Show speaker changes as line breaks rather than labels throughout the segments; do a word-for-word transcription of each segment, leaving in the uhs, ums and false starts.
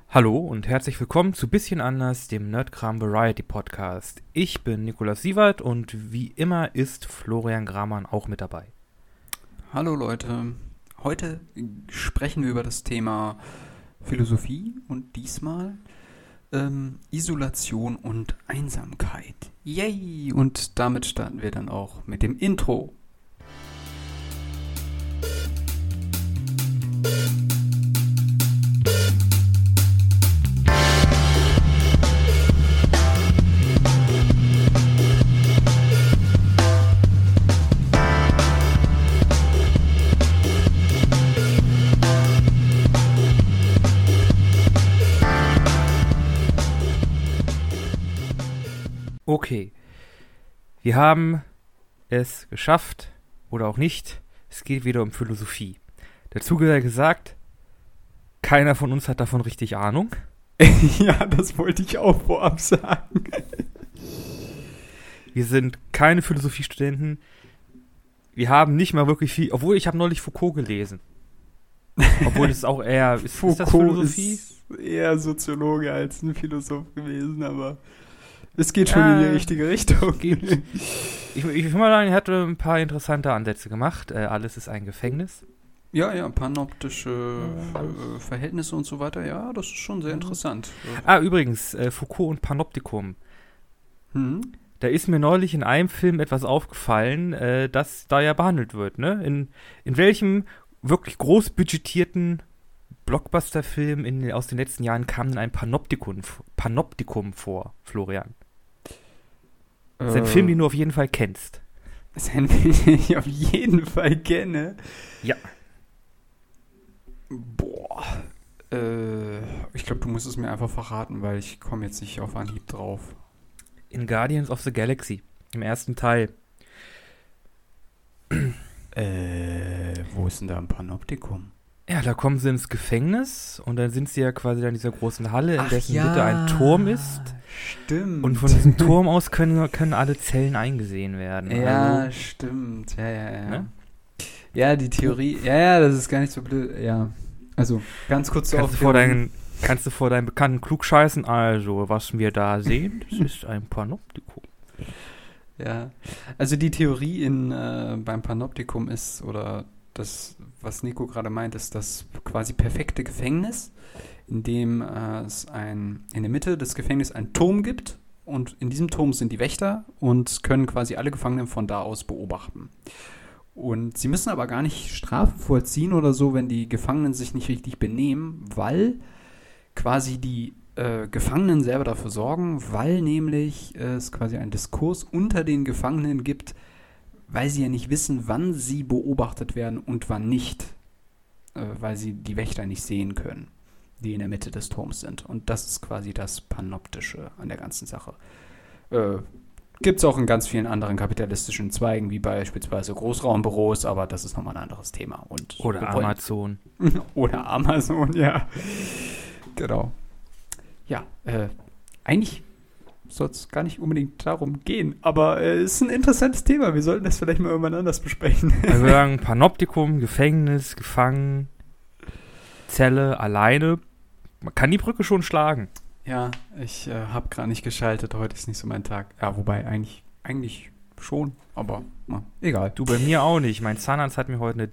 Hallo und herzlich willkommen zu Bisschen anders, dem Nerdkram Variety Podcast. Ich bin Nikolaus Siewert und wie immer ist Florian Gramann auch mit dabei.
Hallo Leute, heute sprechen wir über das Thema Philosophie und diesmal ähm, Isolation und Einsamkeit. Yay! Und damit starten wir dann auch mit dem Intro.
Okay, wir haben es geschafft oder auch nicht. Es geht wieder um Philosophie. Dazu gesagt, keiner von uns hat davon richtig Ahnung.
Ja, das wollte ich auch vorab sagen.
Wir sind keine Philosophiestudenten. Wir haben nicht mal wirklich viel, obwohl ich habe neulich Foucault gelesen. Obwohl es auch eher, ist,
Foucault
ist das Philosophie?
Ist eher Soziologe als ein Philosoph gewesen, aber es geht schon
Ja,
in die richtige Richtung.
Geht. Ich, ich will mal sagen, er hat ein paar interessante Ansätze gemacht. Äh, alles ist ein Gefängnis.
Ja, ja, panoptische äh, Verhältnisse und so weiter. Ja, das ist schon sehr interessant.
Ah, übrigens, äh, Foucault und Panoptikum.
Hm?
Da ist mir neulich in einem Film etwas aufgefallen, äh, das da ja behandelt wird. Ne? In, in welchem wirklich groß budgetierten Blockbuster-Film in, aus den letzten Jahren kam denn ein Panoptikum, Panoptikum vor, Florian? Das ist ein
Äh,
Film, den du auf jeden Fall kennst.
Das ist ein Film, den ich auf jeden Fall kenne.
Ja.
Boah. Äh, ich glaube, du musst es mir einfach verraten, weil ich komme jetzt nicht auf Anhieb drauf.
In Guardians of the Galaxy, im ersten Teil.
Äh, wo ist denn da ein Panoptikum?
Ja, da kommen sie ins Gefängnis und dann sind sie ja quasi in dieser großen Halle, in
Ach
dessen
ja,
Mitte ein Turm ist.
Stimmt.
Und von diesem Turm aus können, können alle Zellen eingesehen werden.
Ja,
Also,
stimmt. Ja, ja, ja.
Ne?
Ja, die Theorie. Ja, ja, das ist gar nicht so blöd. Ja. Also, ganz kurz zur
kannst, du vor
Aufklärung.
deinen, kannst du vor deinen Bekannten klugscheißen? Also, was wir da sehen, das ist ein Panoptikum.
Ja, also die Theorie in, äh, beim Panoptikum ist, oder das, was Nico gerade meint, ist das quasi perfekte Gefängnis, in dem äh, es ein, in der Mitte des Gefängnisses einen Turm gibt und in diesem Turm sind die Wächter und können quasi alle Gefangenen von da aus beobachten. Und sie müssen aber gar nicht Strafe vollziehen oder so, wenn die Gefangenen sich nicht richtig benehmen, weil quasi die äh, Gefangenen selber dafür sorgen, weil nämlich äh, es quasi einen Diskurs unter den Gefangenen gibt, weil sie ja nicht wissen, wann sie beobachtet werden und wann nicht, äh, weil sie die Wächter nicht sehen können, die in der Mitte des Turms sind. Und das ist quasi das Panoptische an der ganzen Sache. Äh, Gibt es auch in ganz vielen anderen kapitalistischen Zweigen, wie beispielsweise Großraumbüros, aber das ist nochmal ein anderes Thema. Und
Oder
wir wollen-
Amazon.
Oder Amazon, ja. Genau. Ja, äh, eigentlich soll es gar nicht unbedingt darum gehen, aber es äh, ist ein interessantes Thema. Wir sollten das vielleicht mal irgendwann anders besprechen.
Also wir sagen Panoptikum, Gefängnis, gefangen, Zelle, alleine. Man kann die Brücke schon schlagen.
Ja, ich äh, habe gerade nicht geschaltet. Heute ist nicht so mein Tag. Ja, wobei eigentlich, eigentlich schon, aber na, egal.
Du, bei mir auch nicht. Mein Zahnarzt hat mir heute eine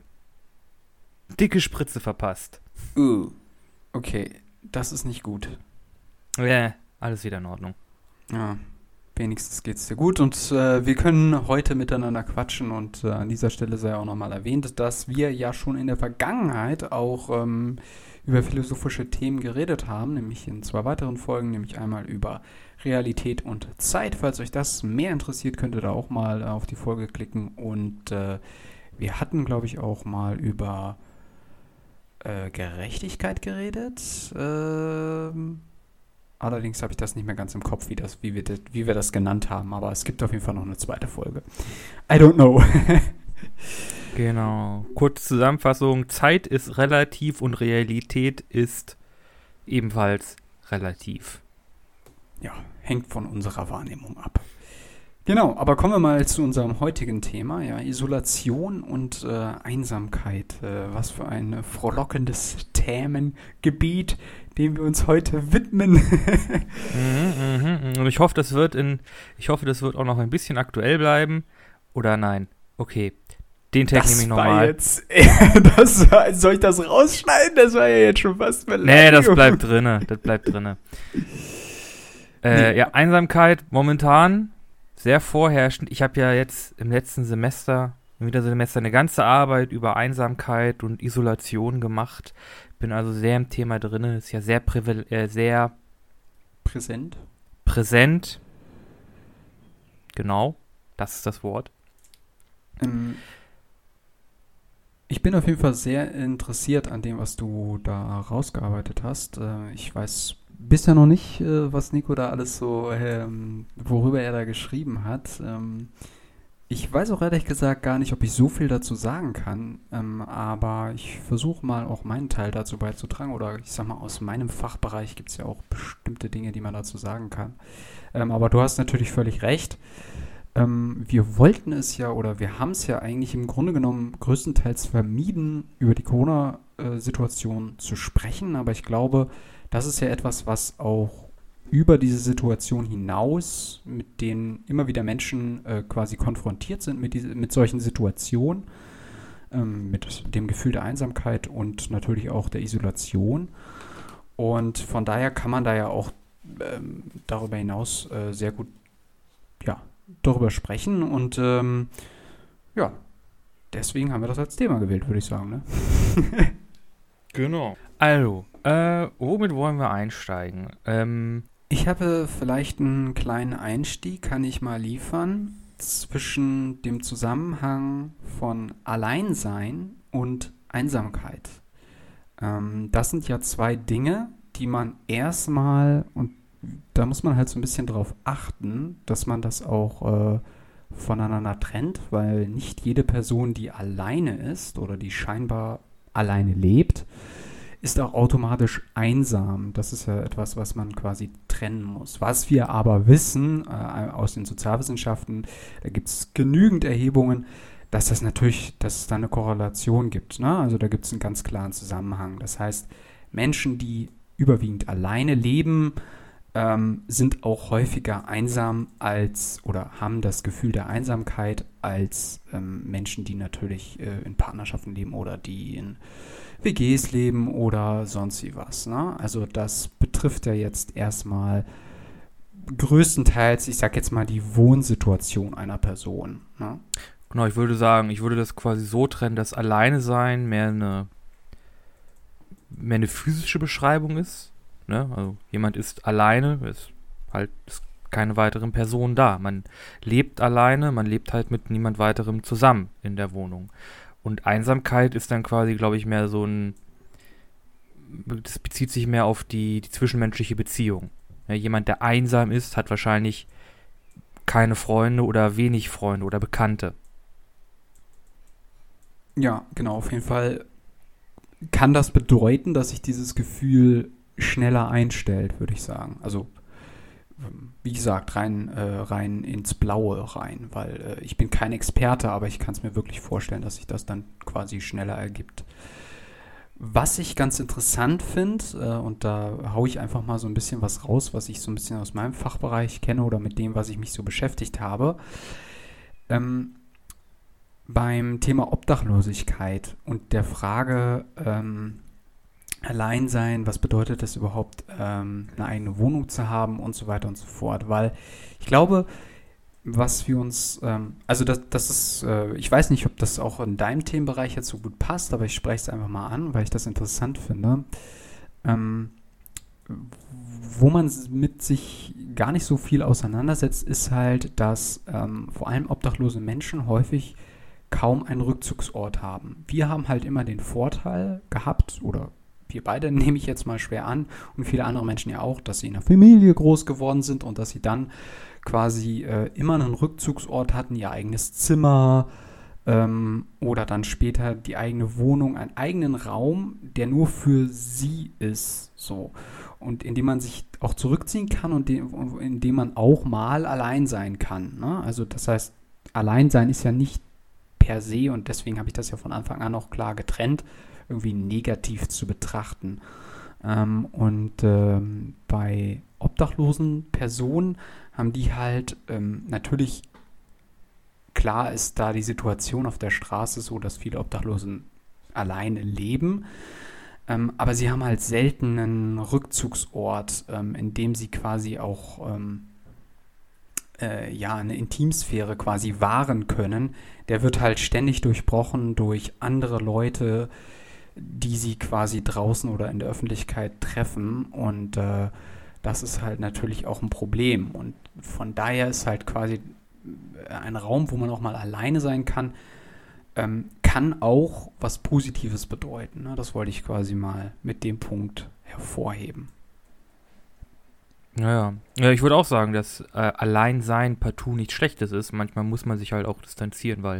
dicke Spritze verpasst.
Uh, okay, das ist nicht gut.
Ja, alles wieder in Ordnung.
Ja, wenigstens geht's dir gut und äh, wir können heute miteinander quatschen und äh, an dieser Stelle sei auch nochmal erwähnt, dass wir ja schon in der Vergangenheit auch ähm, über philosophische Themen geredet haben, nämlich in zwei weiteren Folgen, nämlich einmal über Realität und Zeit. Falls euch das mehr interessiert, könnt ihr da auch mal äh, auf die Folge klicken und äh, wir hatten, glaube ich, auch mal über äh, Gerechtigkeit geredet. Ähm... Allerdings habe ich das nicht mehr ganz im Kopf, wie, das, wie, wir das, wie wir das genannt haben. Aber es gibt auf jeden Fall noch eine zweite Folge. I don't know.
Genau. Kurze Zusammenfassung. Zeit ist relativ und Realität ist ebenfalls relativ.
Ja, hängt von unserer Wahrnehmung ab. Genau, aber kommen wir mal zu unserem heutigen Thema, ja, Isolation und äh, Einsamkeit. Äh, was für ein frohlockendes Themengebiet, dem wir uns heute widmen.
Mhm, mhm. Und ich hoffe, das wird in, ich hoffe, das wird auch noch ein bisschen aktuell bleiben. Oder nein? Okay. Den Tag nehme ich nochmal.
Jetzt, das war, soll ich das rausschneiden? Das war ja jetzt schon fast Beleidigung.
Nee, das bleibt drinne. Das bleibt drinne. Äh, nee. Ja, Einsamkeit momentan sehr vorherrschend. Ich habe ja jetzt im letzten Semester, im Wintersemester, eine ganze Arbeit über Einsamkeit und Isolation gemacht. Bin also sehr im Thema drin. Ist ja sehr, prävel- äh, sehr
präsent.
Präsent. Genau, das ist das Wort.
Ähm, ich bin auf jeden Fall sehr interessiert an dem, was du da rausgearbeitet hast. Äh, ich weiß bisher noch nicht, äh, was Nico da alles so, ähm, worüber er da geschrieben hat. Ähm, ich weiß auch ehrlich gesagt gar nicht, ob ich so viel dazu sagen kann, ähm, aber ich versuche mal auch meinen Teil dazu beizutragen, oder ich sag mal, aus meinem Fachbereich gibt es ja auch bestimmte Dinge, die man dazu sagen kann. Ähm, aber du hast natürlich völlig recht. Ähm, wir wollten es ja, oder wir haben es ja eigentlich im Grunde genommen größtenteils vermieden, über die Corona-Situation zu sprechen, aber ich glaube, das ist ja etwas, was auch über diese Situation hinaus, mit denen immer wieder Menschen äh, quasi konfrontiert sind, mit, diese, mit solchen Situationen, ähm, mit dem Gefühl der Einsamkeit und natürlich auch der Isolation. Und von daher kann man da ja auch ähm, darüber hinaus äh, sehr gut, ja, darüber sprechen. Und ähm, ja, deswegen haben wir das als Thema gewählt, würde ich sagen, ne?
Genau. Also, äh, womit wollen wir einsteigen? Ähm,
Ich habe vielleicht einen kleinen Einstieg, kann ich mal liefern, zwischen dem Zusammenhang von Alleinsein und Einsamkeit. Ähm, das sind ja zwei Dinge, die man erstmal, und da muss man halt so ein bisschen drauf achten, dass man das auch äh, voneinander trennt, weil nicht jede Person, die alleine ist oder die scheinbar alleine lebt, ist auch automatisch einsam. Das ist ja etwas, was man quasi trennen muss. Was wir aber wissen äh, aus den Sozialwissenschaften, da gibt es genügend Erhebungen, dass das natürlich, dass es da eine Korrelation gibt. Ne? Also da gibt es einen ganz klaren Zusammenhang. Das heißt, Menschen, die überwiegend alleine leben, ähm, sind auch häufiger einsam als oder haben das Gefühl der Einsamkeit als ähm, Menschen, die natürlich äh, in Partnerschaften leben oder die in W Gs leben oder sonst wie was. Ne? Also das betrifft ja jetzt erstmal größtenteils, ich sag jetzt mal, die Wohnsituation einer Person. Ne?
Genau, ich würde sagen, ich würde das quasi so trennen, dass Alleine sein mehr eine, mehr eine physische Beschreibung ist. Ne? Also jemand ist alleine, ist halt ist keine weiteren Personen da. Man lebt alleine, man lebt halt mit niemand weiterem zusammen in der Wohnung. Und Einsamkeit ist dann quasi, glaube ich, mehr so ein, das bezieht sich mehr auf die, die zwischenmenschliche Beziehung. Ja, jemand, der einsam ist, hat wahrscheinlich keine Freunde oder wenig Freunde oder Bekannte.
Ja, genau, auf jeden Fall kann das bedeuten, dass sich dieses Gefühl schneller einstellt, würde ich sagen. Also, wie gesagt, rein, äh, rein ins Blaue rein, weil äh, ich bin kein Experte, aber ich kann es mir wirklich vorstellen, dass sich das dann quasi schneller ergibt. Was ich ganz interessant finde, äh, und da haue ich einfach mal so ein bisschen was raus, was ich so ein bisschen aus meinem Fachbereich kenne oder mit dem, was ich mich so beschäftigt habe, ähm, beim Thema Obdachlosigkeit und der Frage, ähm, Alleinsein, was bedeutet es überhaupt, ähm, eine eigene Wohnung zu haben und so weiter und so fort, weil ich glaube, was wir uns, ähm, also das, das ist, äh, ich weiß nicht, ob das auch in deinem Themenbereich jetzt so gut passt, aber ich spreche es einfach mal an, weil ich das interessant finde, ähm, wo man mit sich gar nicht so viel auseinandersetzt, ist halt, dass ähm, vor allem obdachlose Menschen häufig kaum einen Rückzugsort haben. Wir haben halt immer den Vorteil gehabt, oder wir beide nehme ich jetzt mal schwer an und viele andere Menschen ja auch, dass sie in einer Familie groß geworden sind und dass sie dann quasi äh, immer einen Rückzugsort hatten, ihr eigenes Zimmer ähm, oder dann später die eigene Wohnung, einen eigenen Raum, der nur für sie ist. So. und in dem man sich auch zurückziehen kann und de- in dem man auch mal allein sein kann. Ne? Also das heißt, allein sein ist ja nicht per se, und deswegen habe ich das ja von Anfang an auch klar getrennt, irgendwie negativ zu betrachten. Ähm, und ähm, bei obdachlosen Personen haben die halt ähm, natürlich, klar ist da die Situation auf der Straße so, dass viele Obdachlosen alleine leben, ähm, aber sie haben halt selten einen Rückzugsort, ähm, in dem sie quasi auch ähm, äh, ja, eine Intimsphäre quasi wahren können. Der wird halt ständig durchbrochen durch andere Leute, die sie quasi draußen oder in der Öffentlichkeit treffen, und äh, das ist halt natürlich auch ein Problem, und von daher ist halt quasi ein Raum, wo man auch mal alleine sein kann, ähm, kann auch was Positives bedeuten. Ne? Das wollte ich quasi mal mit dem Punkt hervorheben.
Naja, ja, ich würde auch sagen, dass äh, Alleinsein partout nichts Schlechtes ist. Manchmal muss man sich halt auch distanzieren, weil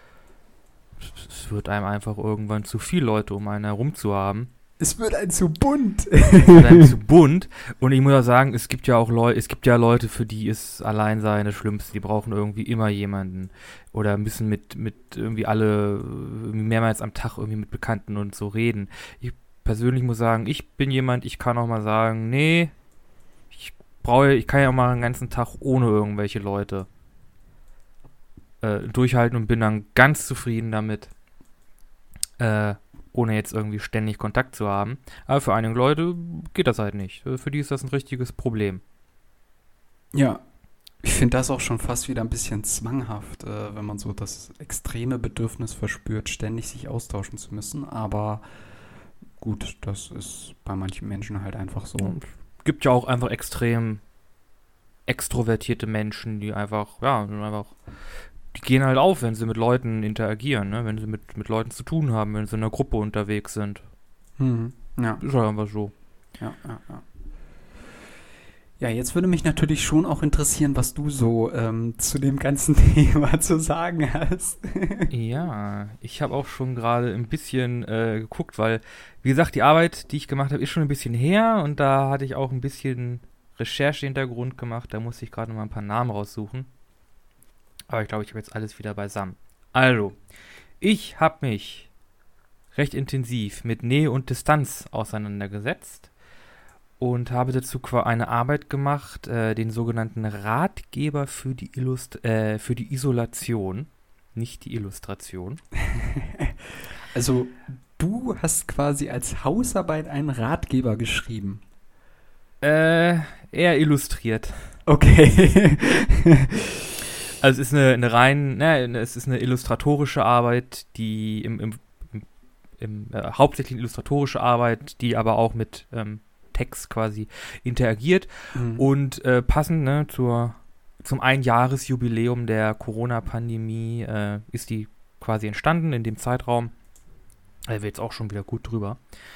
es- es wird einem einfach irgendwann zu viele Leute um einen herum zu haben.
Es wird ein zu bunt.
Es wird einem zu bunt. Und ich muss auch sagen, es gibt ja auch Leute, es gibt ja Leute, für die ist Alleinsein das Schlimmste. Die brauchen irgendwie immer jemanden. Oder müssen mit, mit irgendwie alle äh, mehrmals am Tag irgendwie mit Bekannten und so reden. Ich persönlich muss sagen, ich bin jemand, ich kann auch mal sagen, nee, ich brauche, ich kann ja auch mal einen ganzen Tag ohne irgendwelche Leute äh, durchhalten und bin dann ganz zufrieden damit. Äh, ohne jetzt irgendwie ständig Kontakt zu haben. Aber für einige Leute geht das halt nicht. Für die ist das ein richtiges Problem.
Ja, ich finde das auch schon fast wieder ein bisschen zwanghaft, äh, wenn man so das extreme Bedürfnis verspürt, ständig sich austauschen zu müssen. Aber gut, das ist bei manchen Menschen halt einfach so.
Und es gibt ja auch einfach extrem extrovertierte Menschen, die einfach, ja, einfach, die gehen halt auf, wenn sie mit Leuten interagieren, ne? Wenn sie mit, mit Leuten zu tun haben, wenn sie in einer Gruppe unterwegs sind.
Mhm. Ja,
Ist halt einfach so.
ja, ja, ja. Ja, jetzt würde mich natürlich schon auch interessieren, was du so ähm, zu dem ganzen Thema zu sagen hast.
Ja, ich habe auch schon gerade ein bisschen äh, geguckt, weil, wie gesagt, die Arbeit, die ich gemacht habe, ist schon ein bisschen her, und da hatte ich auch ein bisschen Recherche-Hintergrund gemacht. Da musste ich gerade noch mal ein paar Namen raussuchen. Aber ich glaube, ich habe jetzt alles wieder beisammen. Also, ich habe mich recht intensiv mit Nähe und Distanz auseinandergesetzt und habe dazu qua- eine Arbeit gemacht, äh, den sogenannten Ratgeber für die, Illust äh, für die Isolation, nicht die Illustration.
Also, du hast quasi als Hausarbeit einen Ratgeber geschrieben.
Äh, eher illustriert.
Okay.
Also es ist eine, eine rein, ne, es ist eine illustratorische Arbeit, die im, im, im, im äh, hauptsächlich illustratorische Arbeit, die aber auch mit ähm, Text quasi interagiert.
Mhm.
Und äh, passend ne, zur, zum Einjahresjubiläum der Corona-Pandemie äh, ist die quasi entstanden in dem Zeitraum. Da wir jetzt auch schon wieder gut drüber.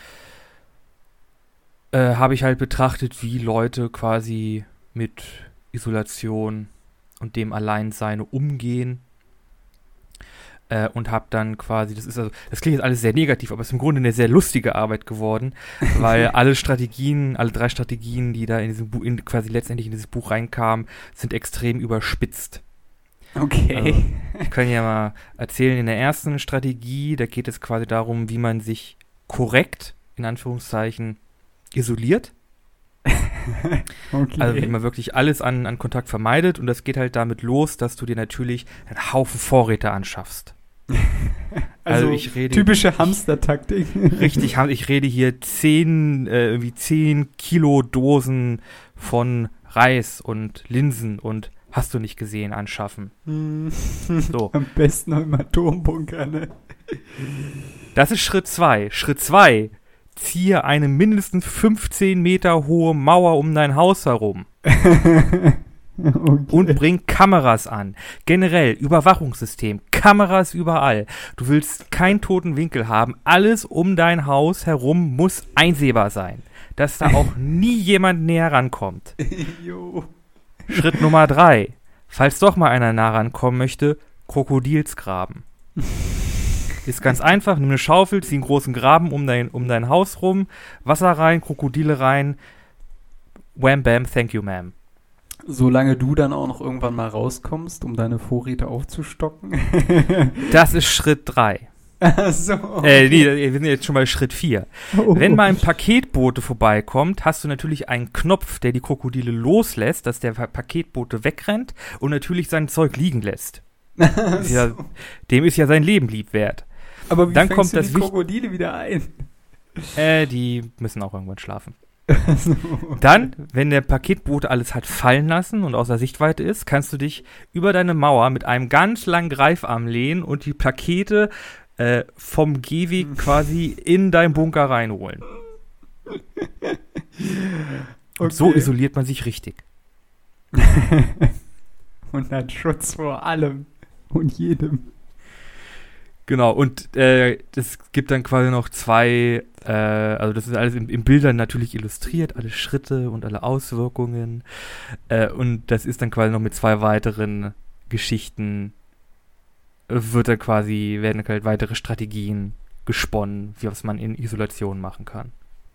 Äh, habe ich halt betrachtet, wie Leute quasi mit Isolation und dem Alleinsein umgehen. Äh, und habe dann quasi, das ist also, das klingt jetzt alles sehr negativ, aber es ist im Grunde eine sehr lustige Arbeit geworden, weil alle Strategien, alle drei Strategien, die da in diesem Buch, in, quasi letztendlich in dieses Buch reinkamen, sind extrem überspitzt.
Okay.
Also, ich kann ja mal erzählen, in der ersten Strategie, da geht es quasi darum, wie man sich korrekt, in Anführungszeichen, isoliert.
Okay.
Also wie man wirklich alles an, an Kontakt vermeidet, und das geht halt damit los, dass du dir natürlich einen Haufen Vorräte anschaffst.
Also,
Also ich rede
typische Hamster-Taktik.
richtig, ich rede hier zehn, äh, irgendwie zehn Kilo Dosen von Reis und Linsen und hast du nicht gesehen anschaffen.
Hm.
So.
Am besten noch im Atombunker, ne?
Das ist Schritt zwei. Schritt zwei. Ziehe eine mindestens fünfzehn Meter hohe Mauer um dein Haus herum.
Okay.
Und bring Kameras an. Generell, Überwachungssystem, Kameras überall. Du willst keinen toten Winkel haben. Alles um dein Haus herum muss einsehbar sein. Dass da auch nie jemand näher rankommt.
Jo.
Schritt Nummer drei. Falls doch mal einer nah rankommen möchte, Krokodilsgraben. Ist ganz einfach, nimm eine Schaufel, zieh einen großen Graben um dein, um dein Haus rum, Wasser rein, Krokodile rein, wham bam, thank you ma'am.
Solange du dann auch noch irgendwann mal rauskommst, um deine Vorräte aufzustocken.
Das ist Schritt drei.
Ach so, okay.
Äh, nee, wir sind jetzt schon bei Schritt vier.
Oh.
Wenn mal ein Paketbote vorbeikommt, hast du natürlich einen Knopf, der die Krokodile loslässt, dass der Pa- Paketbote wegrennt und natürlich sein Zeug liegen lässt. Ist ja,
So.
dem ist ja sein Leben lieb wert.
Aber wie
Dann
fängst
kommt
du
das
die
Wich-
Krokodile wieder ein?
Äh, die müssen auch irgendwann schlafen.
So, okay.
Dann, wenn der Paketbote alles hat fallen lassen und außer Sichtweite ist, kannst du dich über deine Mauer mit einem ganz langen Greifarm lehnen und die Pakete äh, vom Gehweg quasi in deinen Bunker reinholen. Und so
Okay.
isoliert man sich richtig.
Und hat Schutz vor allem und jedem.
Genau, und äh, es gibt dann quasi noch zwei, äh, also das ist alles in, in Bildern natürlich illustriert, alle Schritte und alle Auswirkungen. Äh, und das ist dann quasi noch mit zwei weiteren Geschichten, äh, wird dann quasi, werden halt weitere Strategien gesponnen, wie was man in Isolation machen kann.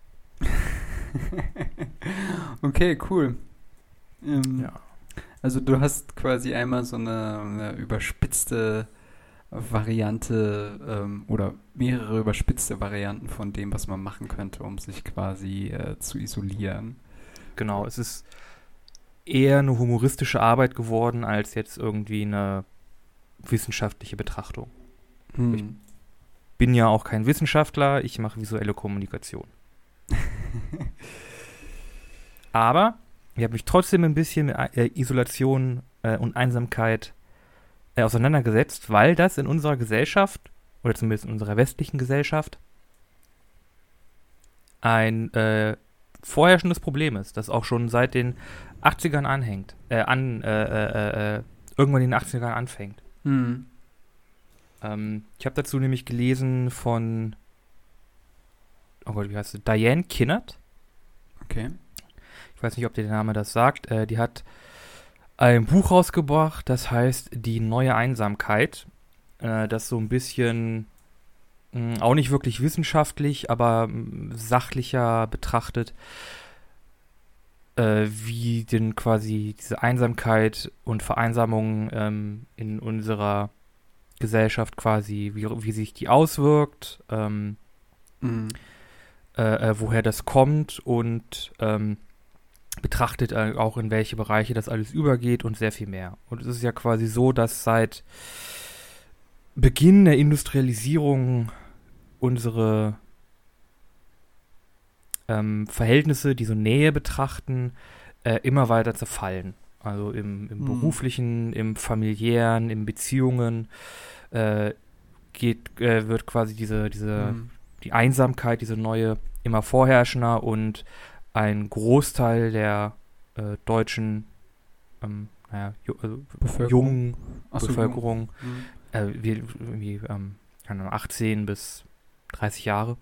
Okay, cool. Ähm,
Ja.
Also du hast quasi einmal so eine, eine überspitzte Variante ähm, oder mehrere überspitzte Varianten von dem, was man machen könnte, um sich quasi äh, zu isolieren.
Genau, es ist eher eine humoristische Arbeit geworden, als jetzt irgendwie eine wissenschaftliche Betrachtung.
Hm.
Bin ja auch kein Wissenschaftler, ich mache visuelle Kommunikation. Aber ich habe mich trotzdem ein bisschen mit äh, Isolation äh, und Einsamkeit äh, auseinandergesetzt, weil das in unserer Gesellschaft, oder zumindest in unserer westlichen Gesellschaft, ein äh, vorherrschendes Problem ist, das auch schon seit den achtzigern anhängt, äh, an, äh, äh, äh, irgendwann in den achtzigern anfängt.
Hm.
Ähm, ich habe dazu nämlich gelesen von, oh Gott, wie heißt sie? Diane Kinnert.
Okay.
Ich weiß nicht, ob dir der Name das sagt. Äh, die hat ein Buch rausgebracht, das heißt Die neue Einsamkeit. Äh, das so ein bisschen, mh, auch nicht wirklich wissenschaftlich, aber mh, sachlicher betrachtet, äh, wie denn quasi diese Einsamkeit und Vereinsamung ähm, in unserer Gesellschaft quasi, wie, wie sich die auswirkt, ähm,
Hm.
äh, äh, woher das kommt und ähm, betrachtet äh, auch, in welche Bereiche das alles übergeht und sehr viel mehr. Und es ist ja quasi so, dass seit Beginn der Industrialisierung unsere ähm, Verhältnisse, die so Nähe betrachten, äh, immer weiter zerfallen. Also im, im
Hm.
beruflichen, im familiären, in Beziehungen äh, geht, äh, wird quasi diese, diese
Hm.
die Einsamkeit, diese neue, immer vorherrschender und ein Großteil der äh, deutschen ähm, naja, ju also
Bevölkerung.
jungen
Ach so,
Bevölkerung,
Hm.
äh, wie, irgendwie ähm, keine Ahnung, achtzehn bis dreißig Jahre.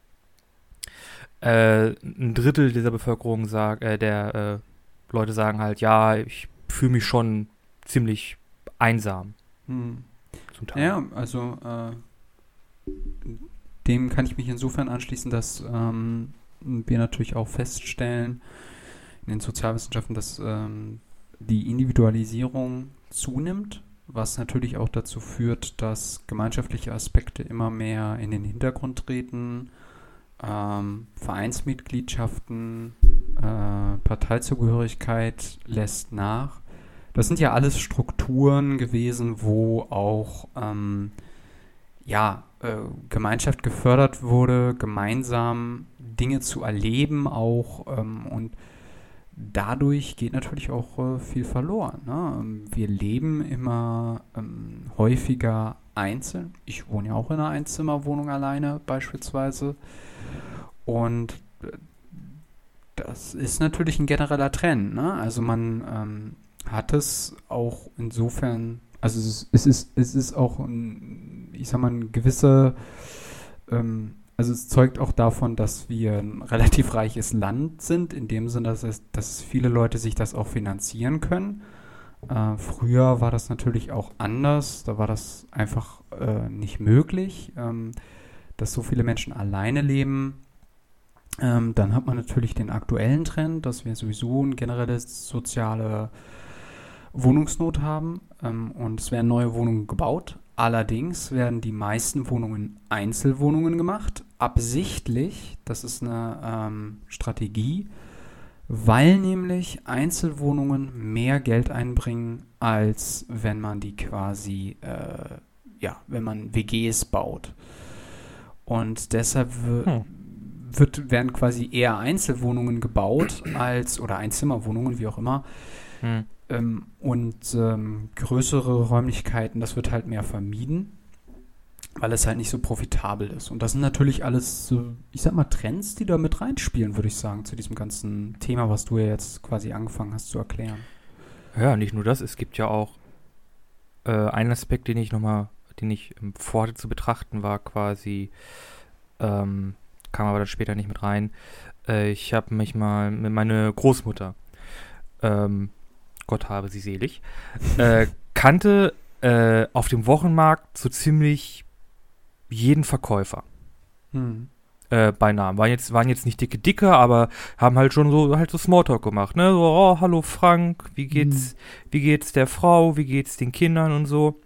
Äh, ein Drittel dieser Bevölkerung sagt, äh, der äh, Leute sagen halt, ja, ich fühle mich schon ziemlich einsam
Hm.
zum Teil.
Ja, also äh, dem kann ich mich insofern anschließen, dass ähm, wir natürlich auch feststellen in den Sozialwissenschaften, dass ähm, die Individualisierung zunimmt, was natürlich auch dazu führt, dass gemeinschaftliche Aspekte immer mehr in den Hintergrund treten, ähm, Vereinsmitgliedschaften, äh, Parteizugehörigkeit lässt nach. Das sind ja alles Strukturen gewesen, wo auch ähm, ja, äh, Gemeinschaft gefördert wurde, gemeinsam Dinge zu erleben auch ähm, und dadurch geht natürlich auch äh, viel verloren. Ne? Ähm, Wir leben immer ähm, häufiger einzeln. Ich wohne ja auch in einer Einzimmerwohnung alleine beispielsweise und äh, das ist natürlich ein genereller Trend. Ne? Also man ähm, hat es auch insofern, also es ist, es ist, es ist auch, ein, ich sag mal, ein gewisser, ähm, also es zeugt auch davon, dass wir ein relativ reiches Land sind, in dem Sinne, dass, es, dass viele Leute sich das auch finanzieren können. Äh, früher war das natürlich auch anders, da war das einfach äh, nicht möglich, ähm, dass so viele Menschen alleine leben. Ähm, dann hat man natürlich den aktuellen Trend, dass wir sowieso eine generelle soziale Wohnungsnot haben, ähm, und es werden neue Wohnungen gebaut. Allerdings werden die meisten Wohnungen Einzelwohnungen gemacht, absichtlich. Das ist eine ähm, Strategie, weil nämlich Einzelwohnungen mehr Geld einbringen, als wenn man die quasi, äh, ja, wenn man W Gs baut. Und deshalb w-
Hm.
wird, werden quasi eher Einzelwohnungen gebaut als, oder Einzimmerwohnungen, wie auch immer.
Hm.
Ähm, und ähm, größere Räumlichkeiten, das wird halt mehr vermieden, weil es halt nicht so profitabel ist. Und das sind natürlich alles, so, ich sag mal, Trends, die da mit reinspielen, würde ich sagen, zu diesem ganzen Thema, was du ja jetzt quasi angefangen hast zu erklären.
Ja, nicht nur das, es gibt ja auch äh, einen Aspekt, den ich nochmal, den ich ähm, vorhatte zu betrachten, war quasi, ähm, kam aber dann später nicht mit rein. Äh, ich habe mich mal mit meiner Großmutter, ähm, Gott habe sie selig, äh, kannte äh, auf dem Wochenmarkt so ziemlich jeden Verkäufer.
Hm.
Äh, bei Namen. Waren jetzt, waren jetzt nicht dicke Dicke, aber haben halt schon so halt so Smalltalk gemacht, ne? So, oh, hallo Frank, wie geht's,
Hm.
wie geht's der Frau, wie geht's den Kindern und so.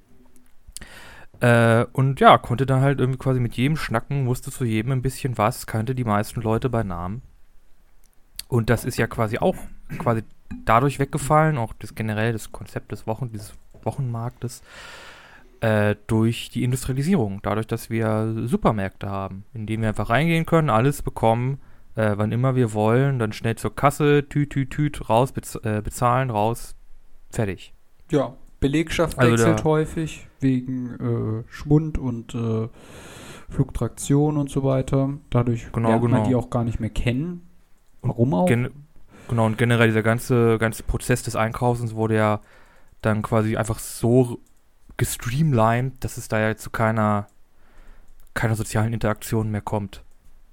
Äh, und ja, konnte dann halt irgendwie quasi mit jedem schnacken, wusste zu jedem ein bisschen was, kannte die meisten Leute bei Namen. Und das ist ja quasi auch quasi dadurch weggefallen, auch das generell das Konzept des Wochen, dieses Wochenmarktes, äh, durch die Industrialisierung, dadurch, dass wir Supermärkte haben, in denen wir einfach reingehen können, alles bekommen, äh, wann immer wir wollen, dann schnell zur Kasse, tüt, tüt, tüt, raus, bez äh, bezahlen, raus, fertig.
Ja, Belegschaft
Also
wechselt
da-
häufig wegen äh, Schwund und äh, Fluktuation und so weiter. Dadurch
Genau,
lernt man
genau.
die auch gar nicht mehr kennen.
Und
Warum auch?
Gen genau, und generell dieser ganze, ganze Prozess des Einkaufens wurde ja dann quasi einfach so gestreamlined, dass es da ja zu keiner, keiner sozialen Interaktion mehr kommt.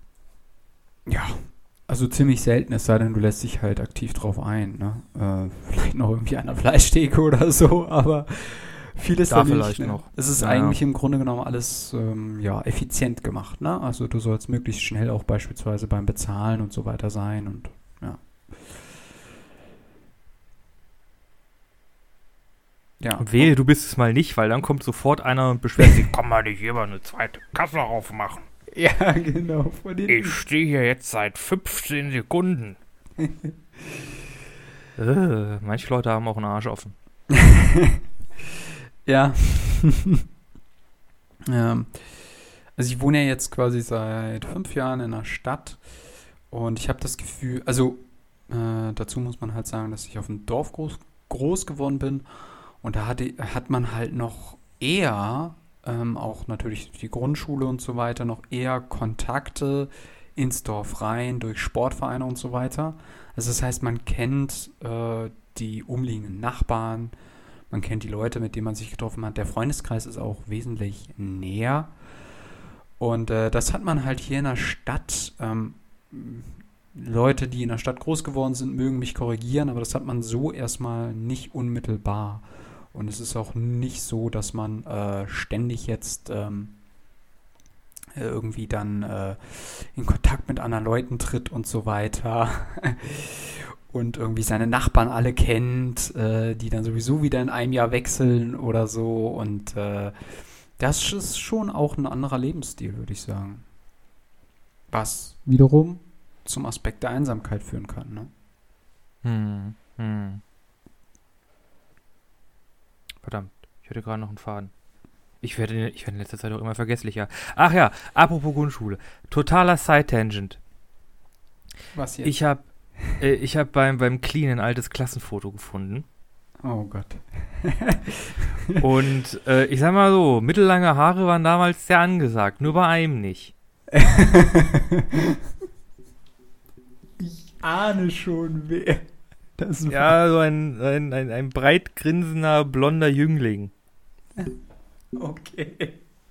Ja, also ziemlich selten, es sei denn, du lässt dich halt aktiv drauf ein. Ne? Äh, vielleicht noch irgendwie an der Fleischtheke oder so, aber vieles
Da
dann nicht,
vielleicht
ne?
noch.
Es ist
Ja,
eigentlich
ja.
im Grunde genommen alles ähm, ja, effizient gemacht. Ne? Also du sollst möglichst schnell auch beispielsweise beim Bezahlen und so weiter sein und ja. Ja.
Wehe, du bist es mal nicht, weil dann kommt sofort einer und beschwert sich, komm mal nicht hier mal eine zweite Kasse aufmachen.
Ja, genau. Von den
Ich stehe hier jetzt seit fünfzehn Sekunden. äh, manche Leute haben auch einen Arsch offen.
Ja. ähm, also ich wohne ja jetzt quasi seit fünf Jahren in einer Stadt und ich habe das Gefühl, also äh, dazu muss man halt sagen, dass ich auf dem Dorf groß, groß geworden bin und da hatte, hat man halt noch eher, ähm, auch natürlich durch die Grundschule und so weiter, noch eher Kontakte ins Dorf rein, durch Sportvereine und so weiter. Also das heißt, man kennt äh, die umliegenden Nachbarn, man kennt die Leute, mit denen man sich getroffen hat. Der Freundeskreis ist auch wesentlich näher. Und äh, das hat man halt hier in der Stadt. Ähm, Leute, die in der Stadt groß geworden sind, mögen mich korrigieren, aber das hat man so erstmal nicht unmittelbar. Und es ist auch nicht so, dass man äh, ständig jetzt ähm, irgendwie dann äh, in Kontakt mit anderen Leuten tritt und so weiter. Und irgendwie seine Nachbarn alle kennt, äh, die dann sowieso wieder in einem Jahr wechseln oder so. Und äh, das ist schon auch ein anderer Lebensstil, würde ich sagen. Was wiederum zum Aspekt der Einsamkeit führen kann, ne?
Hm, hm. Verdammt, ich hatte gerade noch einen Faden. Ich werde, ich werde in letzter Zeit auch immer vergesslicher. Ach ja, apropos Grundschule. Totaler Side-Tangent.
Was jetzt?
Ich habe äh, ich hab beim, beim Clean ein altes Klassenfoto gefunden.
Oh Gott.
Und äh, ich sag mal so, mittellange Haare waren damals sehr angesagt, nur bei einem nicht.
Ich ahne schon, wer das war.
Ja, so ein, ein, ein, ein breit grinsender, blonder Jüngling.
Okay.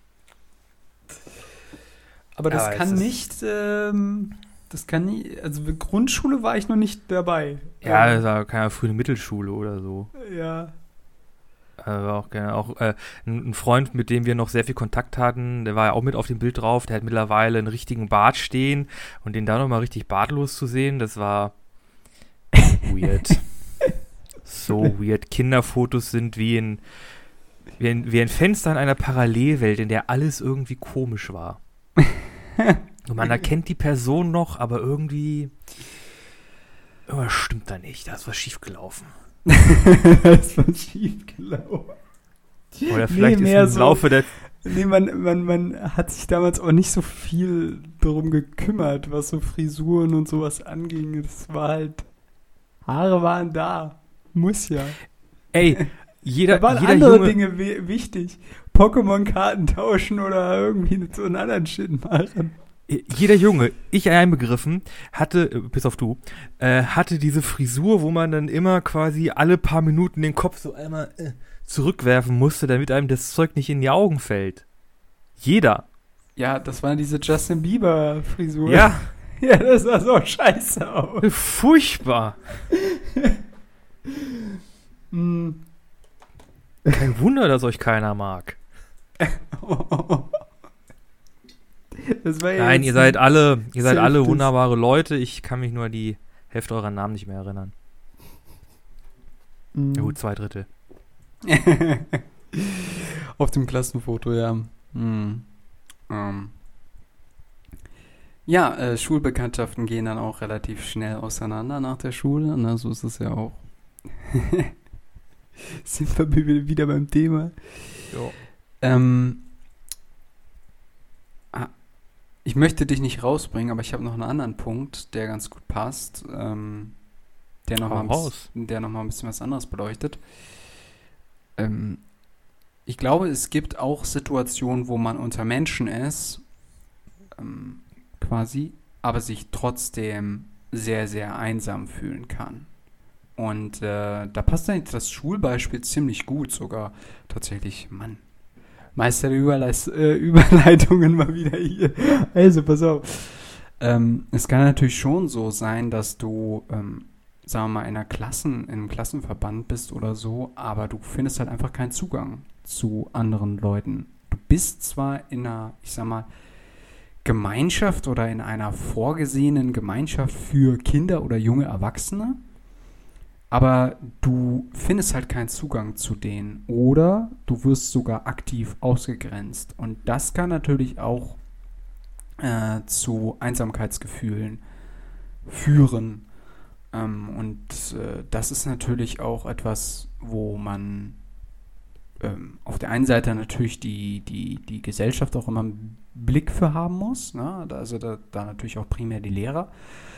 Aber das
Aber es
kann
ist-
nicht, ähm, das kann nie, also Grundschule war ich noch nicht dabei.
Ja,
Ähm,
das war keine frühe Mittelschule oder so.
Ja.
Äh, auch gerne. Auch äh, ein ein Freund, mit dem wir noch sehr viel Kontakt hatten, der war ja auch mit auf dem Bild drauf, der hat mittlerweile einen richtigen Bart stehen und den da nochmal richtig bartlos zu sehen, das war weird. So weird. Kinderfotos sind wie ein, wie ein, wie ein Fenster in einer Parallelwelt, in der alles irgendwie komisch war. Und man erkennt die Person noch, aber irgendwie irgendwas stimmt da nicht, da ist was schiefgelaufen.
Da ist was schiefgelaufen.
Oder vielleicht
Nee,
ist
mehr
im
so-
Laufe der
Nee, man, man, man hat sich damals auch nicht so viel darum gekümmert, was so Frisuren und sowas anging. Das war halt, Haare waren da. Muss ja.
Ey, jeder,
Da waren
jeder
andere
Junge,
Dinge wi- wichtig. Pokémon-Karten tauschen oder irgendwie so einen anderen Shit machen.
jeder Junge, ich einbegriffen, hatte, äh, bis auf du, äh, hatte diese Frisur, wo man dann immer quasi alle paar Minuten den Kopf so einmal äh, zurückwerfen musste, damit einem das Zeug nicht in die Augen fällt. Jeder.
Ja, das war diese Justin Bieber-Frisur.
Ja,
Ja, das sah so scheiße aus.
furchtbar.
Mm.
Kein Wunder, dass euch keiner mag.
Das war ja
Nein,
jetzt
ihr seid alle, ihr seid alle
Self-Diss.
wunderbare Leute. Ich kann mich nur an die Hälfte eurer Namen nicht mehr erinnern.
Mm.
Ja gut, zwei Drittel.
Auf dem Klassenfoto, ja. Hm. Ähm. Ja, äh, Schulbekanntschaften gehen dann auch relativ schnell auseinander nach der Schule. Na, so ist es ja auch. Sind wir bi- wieder beim Thema.
Jo.
Ähm, ah, ich möchte dich nicht rausbringen, aber ich habe noch einen anderen Punkt, der ganz gut passt. Ähm, der
Hau
nochmal ein,
raus.
bis- der noch mal ein bisschen was anderes beleuchtet. Ähm, ich glaube, es gibt auch Situationen, wo man unter Menschen ist, ähm, quasi, aber sich trotzdem sehr, sehr einsam fühlen kann. Und äh, da passt eigentlich das Schulbeispiel ziemlich gut sogar. Tatsächlich, Mann. Meister der Überleis äh, Überleitungen mal wieder hier. Also, pass auf. Ähm, es kann natürlich schon so sein, dass du, ähm, sagen wir mal, in einer Klassen, in einem Klassenverband bist oder so, aber du findest halt einfach keinen Zugang zu anderen Leuten. Du bist zwar in einer, ich sag mal, Gemeinschaft oder in einer vorgesehenen Gemeinschaft für Kinder oder junge Erwachsene, aber du findest halt keinen Zugang zu denen oder du wirst sogar aktiv ausgegrenzt. Und das kann natürlich auch äh, zu Einsamkeitsgefühlen führen. Ähm, und äh, das ist natürlich auch etwas, wo man ähm, auf der einen Seite natürlich die, die, die Gesellschaft auch immer einen Blick für haben muss, ne? Also da, da natürlich auch primär die Lehrer,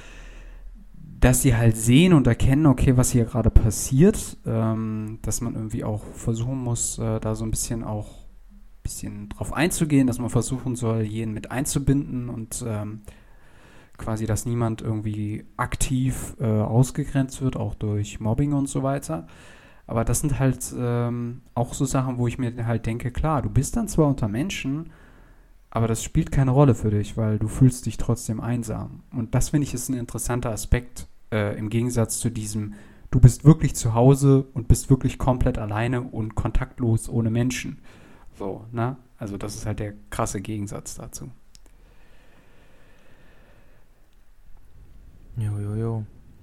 dass sie halt sehen und erkennen, okay, was hier gerade passiert, ähm, dass man irgendwie auch versuchen muss, äh, da so ein bisschen auch ein bisschen drauf einzugehen, dass man versuchen soll, jeden mit einzubinden und ähm, quasi, dass niemand irgendwie aktiv äh, ausgegrenzt wird, auch durch Mobbing und so weiter. Aber das sind halt ähm, auch so Sachen, wo ich mir halt denke, klar, du bist dann zwar unter Menschen, aber das spielt keine Rolle für dich, weil du fühlst dich trotzdem einsam. Und das, finde ich, ist ein interessanter Aspekt äh, im Gegensatz zu diesem, du bist wirklich zu Hause und bist wirklich komplett alleine und kontaktlos ohne Menschen. So, ne? Also das ist halt der krasse Gegensatz dazu.
Jo, jo, jo.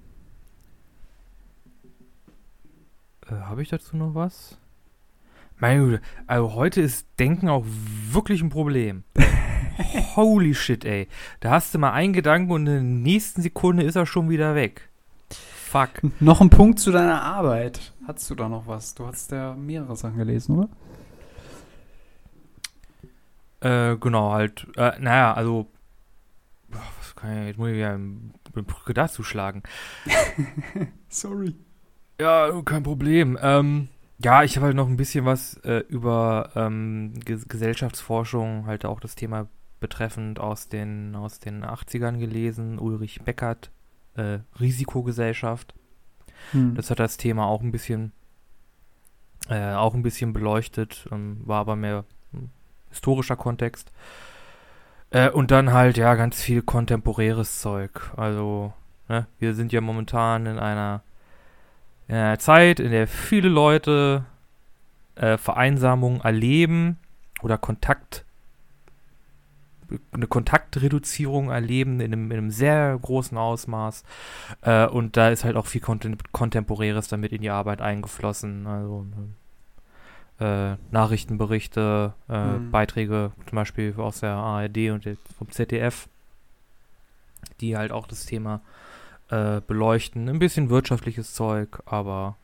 Äh, habe ich dazu noch was? Meine Güte, also heute ist Denken auch wirklich ein Problem. Holy shit, ey. Da hast du mal einen Gedanken und in der nächsten Sekunde ist er schon wieder weg. Fuck.
Noch ein Punkt zu deiner Arbeit. Hattest du da noch was? Du hast ja mehrere Sachen gelesen, oder?
Äh, genau, halt. Äh, naja, also. boah, Was kann ich, jetzt muss ich ja eine Brücke dazu schlagen.
Sorry.
Ja, kein Problem. Ähm, ja, ich habe halt noch ein bisschen was äh, über ähm, Ges- Gesellschaftsforschung, halt auch das Thema betreffend aus den, aus den achtzigern gelesen. Ulrich Beckert, äh, Risikogesellschaft.
Hm.
Das hat das Thema auch ein bisschen, äh, auch ein bisschen beleuchtet, ähm, war aber mehr hm, historischer Kontext. Äh, und dann halt, ja, ganz viel kontemporäres Zeug. Also, ne, wir sind ja momentan in einer in einer Zeit, in der viele Leute äh, Vereinsamung erleben oder Kontakt, eine Kontaktreduzierung erleben in einem, in einem sehr großen Ausmaß. Äh, und da ist halt auch viel Kontem- Kontemporäres damit in die Arbeit eingeflossen. Also äh, Nachrichtenberichte, äh,
Mhm.
Beiträge zum Beispiel aus der A R D und vom Z D F, die halt auch das Thema äh, beleuchten. Ein bisschen wirtschaftliches Zeug, aber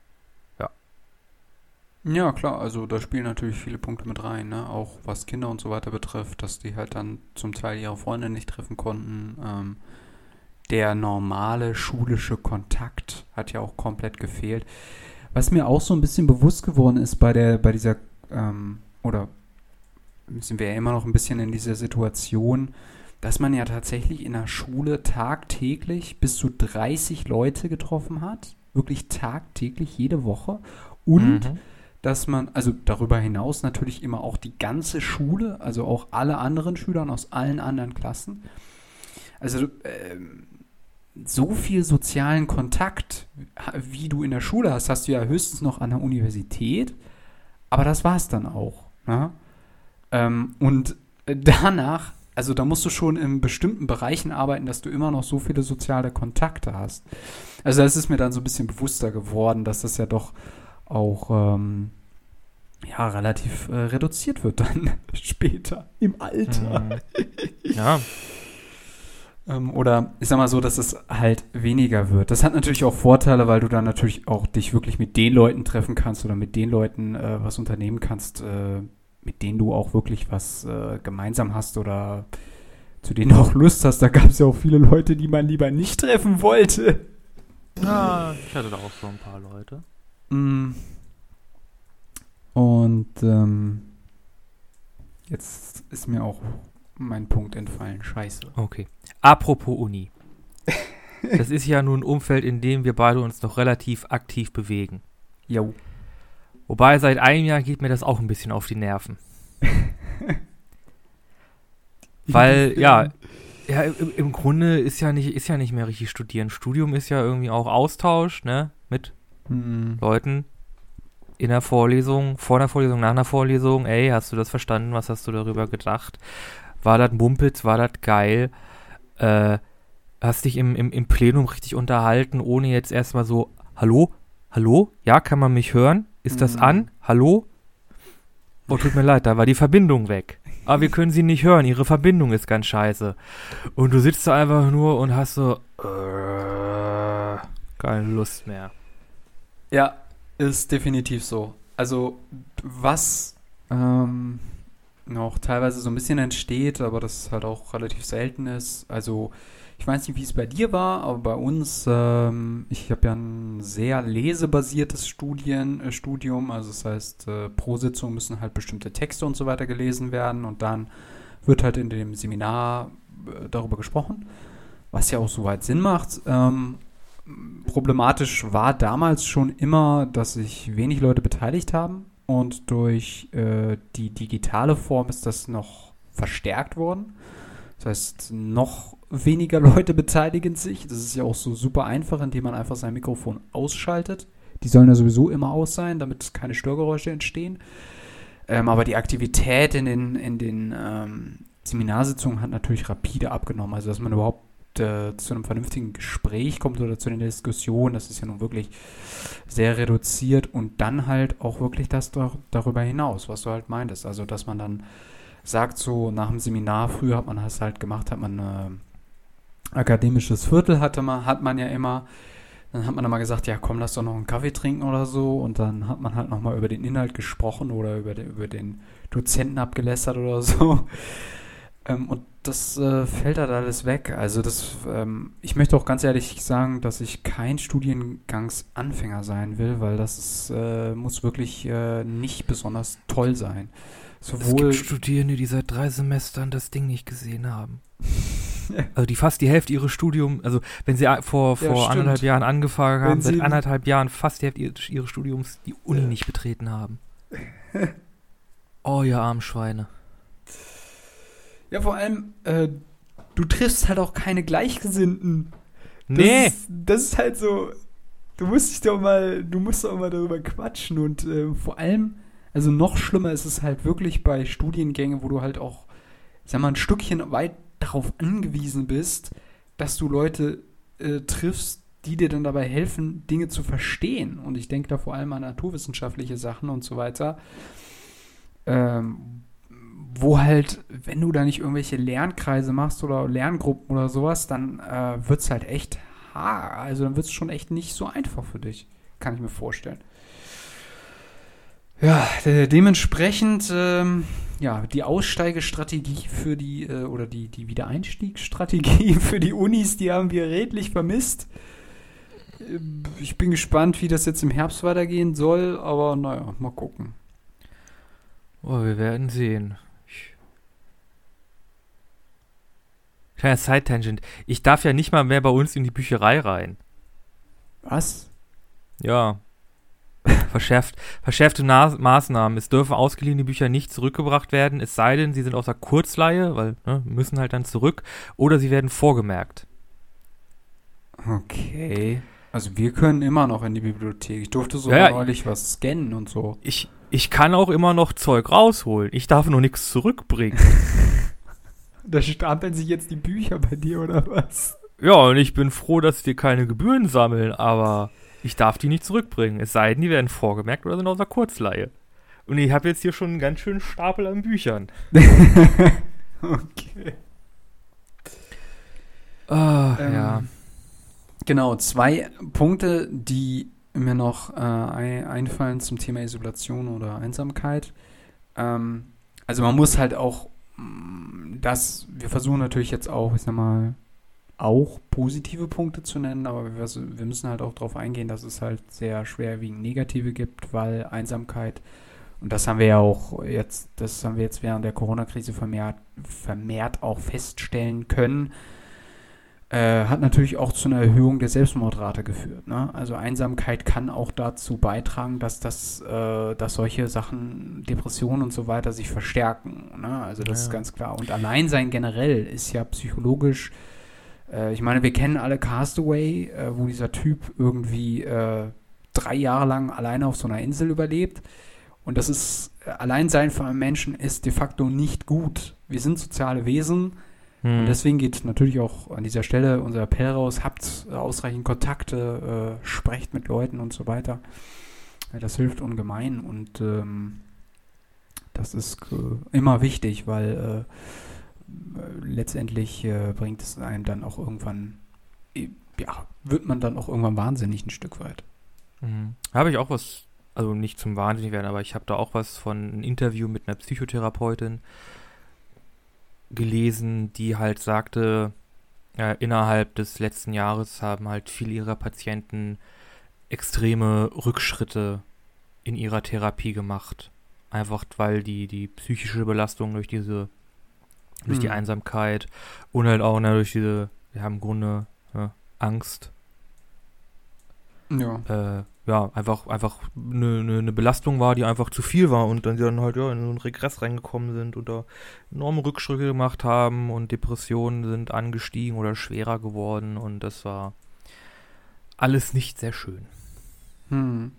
Ja, klar, also da spielen natürlich viele Punkte mit rein, ne? Auch was Kinder und so weiter betrifft, dass die halt dann zum Teil ihre Freunde nicht treffen konnten. Ähm, der normale schulische Kontakt hat ja auch komplett gefehlt. Was mir auch so ein bisschen bewusst geworden ist bei der, bei dieser, ähm, oder sind wir ja immer noch ein bisschen in dieser Situation, dass man ja tatsächlich in der Schule tagtäglich bis zu dreißig Leute getroffen hat. Wirklich tagtäglich, jede Woche. Und
Mhm.
dass man, also darüber hinaus natürlich immer auch die ganze Schule, also auch alle anderen Schüler aus allen anderen Klassen. Also ähm, so viel sozialen Kontakt, wie du in der Schule hast, hast du ja höchstens noch an der Universität, aber das war es dann auch. Ne? Ähm, und danach, also da musst du schon in bestimmten Bereichen arbeiten, dass du immer noch so viele soziale Kontakte hast. Also das ist mir dann so ein bisschen bewusster geworden, dass das ja doch auch ähm, ja, relativ äh, reduziert wird dann später im Alter.
Mhm. Ja.
ähm, oder ich sag mal so, dass es halt weniger wird. Das hat natürlich auch Vorteile, weil du dann natürlich auch dich wirklich mit den Leuten treffen kannst oder mit den Leuten äh, was unternehmen kannst, äh, mit denen du auch wirklich was äh, gemeinsam hast oder zu denen du auch Lust hast. Da gab es ja auch viele Leute, die man lieber nicht treffen wollte.
Ja, ich hatte da auch so ein paar Leute.
Und ähm, jetzt ist mir auch mein Punkt entfallen. Scheiße.
Okay. Apropos Uni. Das ist ja nun ein Umfeld, in dem wir beide uns noch relativ aktiv bewegen.
Jo.
Wobei seit einem Jahr geht mir das auch ein bisschen auf die Nerven. Weil, ja, ja im, im Grunde ist ja nicht, ist ja nicht mehr richtig studieren. Studium ist ja irgendwie auch Austausch, ne, mit
Mhm.
Leuten in der Vorlesung, vor der Vorlesung, nach einer Vorlesung. Ey, hast du das verstanden? Was hast du darüber gedacht? War das Mumpitz? War das geil? Äh, hast dich im, im, im Plenum richtig unterhalten, ohne jetzt erstmal so, hallo? Hallo? Ja, kann man mich hören? Ist das
Mhm.
an? Hallo? Oh, tut mir leid, da war die Verbindung weg. Aber wir können sie nicht hören, ihre Verbindung ist ganz scheiße. Und du sitzt da einfach nur und hast so, äh, keine Lust mehr.
Ja, ist definitiv so. Also, was ähm, noch teilweise so ein bisschen entsteht, aber das halt auch relativ selten ist. Also, ich weiß nicht, wie es bei dir war, aber bei uns, ähm, ich habe ja ein sehr lesebasiertes Studien, äh, Studium. Also, das heißt, äh, pro Sitzung müssen halt bestimmte Texte und so weiter gelesen werden und dann wird halt in dem Seminar äh, darüber gesprochen, was ja auch soweit Sinn macht. Ähm, Problematisch war damals schon immer, dass sich wenig Leute beteiligt haben und durch äh, die digitale Form ist das noch verstärkt worden. Das heißt, noch weniger Leute beteiligen sich. Das ist ja auch so super einfach, indem man einfach sein Mikrofon ausschaltet. Die sollen ja sowieso immer aus sein, damit keine Störgeräusche entstehen. Ähm, aber die Aktivität in den, in den ähm, Seminarsitzungen hat natürlich rapide abgenommen. Also, dass man überhaupt äh, zu einem vernünftigen Gespräch kommt oder zu einer Diskussion, das ist ja nun wirklich sehr reduziert und dann halt auch wirklich das dar- darüber hinaus, was du halt meintest. Also, dass man dann sagt, so nach dem Seminar, früher hat man das halt gemacht, hat man ein äh, akademisches Viertel, hatte man, hat man ja immer. Dann hat man dann mal gesagt, ja komm, lass doch noch einen Kaffee trinken oder so. Und dann hat man halt nochmal über den Inhalt gesprochen oder über den, über den Dozenten abgelästert oder so. Ähm, und das äh, fällt halt alles weg. Also das, ähm, ich möchte auch ganz ehrlich sagen, dass ich kein Studiengangsanfänger sein will, weil das ist, äh, muss wirklich äh, nicht besonders toll sein. Sowohl
Es gibt Studierende, die seit drei Semestern das Ding nicht gesehen haben. Also die fast die Hälfte ihres Studiums, also wenn sie a- vor, vor
stimmt.
anderthalb Jahren angefangen
Wenn
haben, seit
sie-
anderthalb Jahren fast die Hälfte ihres, ihres Studiums die Uni
Ja.
nicht betreten haben. Oh, ihr armen Schweine.
Ja, vor allem, äh, du triffst halt auch keine Gleichgesinnten. Das
Nee.
Ist, das ist halt so, du musst dich doch mal, du musst doch mal darüber quatschen und äh, vor allem, Also noch schlimmer ist es halt wirklich bei Studiengängen, wo du halt auch, sag mal, ein Stückchen weit darauf angewiesen bist, dass du Leute äh, triffst, die dir dann dabei helfen, Dinge zu verstehen. Und ich denke da vor allem an naturwissenschaftliche Sachen und so weiter. Ähm, wo halt, wenn du da nicht irgendwelche Lernkreise machst oder Lerngruppen oder sowas, dann äh, wird es halt echt hart. Also dann wird es schon echt nicht so einfach für dich. Kann ich mir vorstellen. Ja, de- dementsprechend, ähm, ja, die Aussteigestrategie für die, äh, oder die, die Wiedereinstiegsstrategie für die Unis, die haben wir redlich vermisst. Ähm, Ich bin gespannt, wie das jetzt im Herbst weitergehen soll, aber naja, mal gucken.
Oh, wir werden sehen. Ich, kleiner Side-Tangent. Ich darf ja nicht mal mehr bei uns in die Bücherei rein.
Was?
Ja. Verschärft, verschärfte Na- Maßnahmen. Es dürfen ausgeliehene Bücher nicht zurückgebracht werden, es sei denn, sie sind außer Kurzleihe, weil ne, müssen halt dann zurück, oder sie werden vorgemerkt.
Okay. Also wir können immer noch in die Bibliothek. Ich durfte sogar
Ja, ja.
neulich was scannen und so.
Ich, ich kann auch immer noch Zeug rausholen. Ich darf nur nichts zurückbringen.
Da stapeln sich jetzt die Bücher bei dir, oder was?
Ja, und ich bin froh, dass wir keine Gebühren sammeln, aber ich darf die nicht zurückbringen. Es sei denn, die werden vorgemerkt oder sind außer Kurzleihe. Und ich habe jetzt hier schon einen ganz schönen Stapel an Büchern.
Okay.
Ah,
Ähm,
ja.
Genau, zwei Punkte, die mir noch äh, ein, einfallen zum Thema Isolation oder Einsamkeit. Ähm, also man muss halt auch mh, das, wir versuchen natürlich jetzt auch, ich sag mal, auch positive Punkte zu nennen, aber wir, vers- wir müssen halt auch darauf eingehen, dass es halt sehr schwerwiegend negative gibt, weil Einsamkeit, und das haben wir ja auch jetzt, das haben wir jetzt während der Corona-Krise vermehrt, vermehrt auch feststellen können, äh, hat natürlich auch zu einer Erhöhung der Selbstmordrate geführt. Ne? Also Einsamkeit kann auch dazu beitragen, dass das, äh, dass solche Sachen, Depressionen und so weiter, sich verstärken. Ne? Also das
Ja.
ist ganz klar. Und Alleinsein generell ist ja psychologisch. Äh, ich meine, wir kennen alle Castaway, äh, wo dieser Typ irgendwie äh, drei Jahre lang alleine auf so einer Insel überlebt. Und das ist, äh, Alleinsein für einen Menschen ist de facto nicht gut. Wir sind soziale Wesen.
Hm.
Und deswegen geht natürlich auch an dieser Stelle unser Appell raus, habt ausreichend Kontakte, äh, sprecht mit Leuten und so weiter. Ja, das hilft ungemein und ähm, das ist äh, immer wichtig, weil äh, äh, letztendlich äh, bringt es einem dann auch irgendwann, äh, ja, wird man dann auch irgendwann wahnsinnig ein Stück weit.
Mhm. Habe ich auch was, also nicht zum Wahnsinnig werden, aber ich habe da auch was von einem Interview mit einer Psychotherapeutin gelesen, die halt sagte, äh, innerhalb des letzten Jahres haben halt viele ihrer Patienten extreme Rückschritte in ihrer Therapie gemacht. Einfach weil die, die psychische Belastung durch diese, durch die
Hm.
Einsamkeit und halt auch ne, durch diese, wir haben im Grunde ja, Angst,
Ja.
äh, ja, einfach, einfach eine, eine, eine Belastung war, die einfach zu viel war und dann die dann halt ja, in so einen Regress reingekommen sind und da enorme Rückschritte gemacht haben und Depressionen sind angestiegen oder schwerer geworden und das war alles nicht sehr schön.
Hm.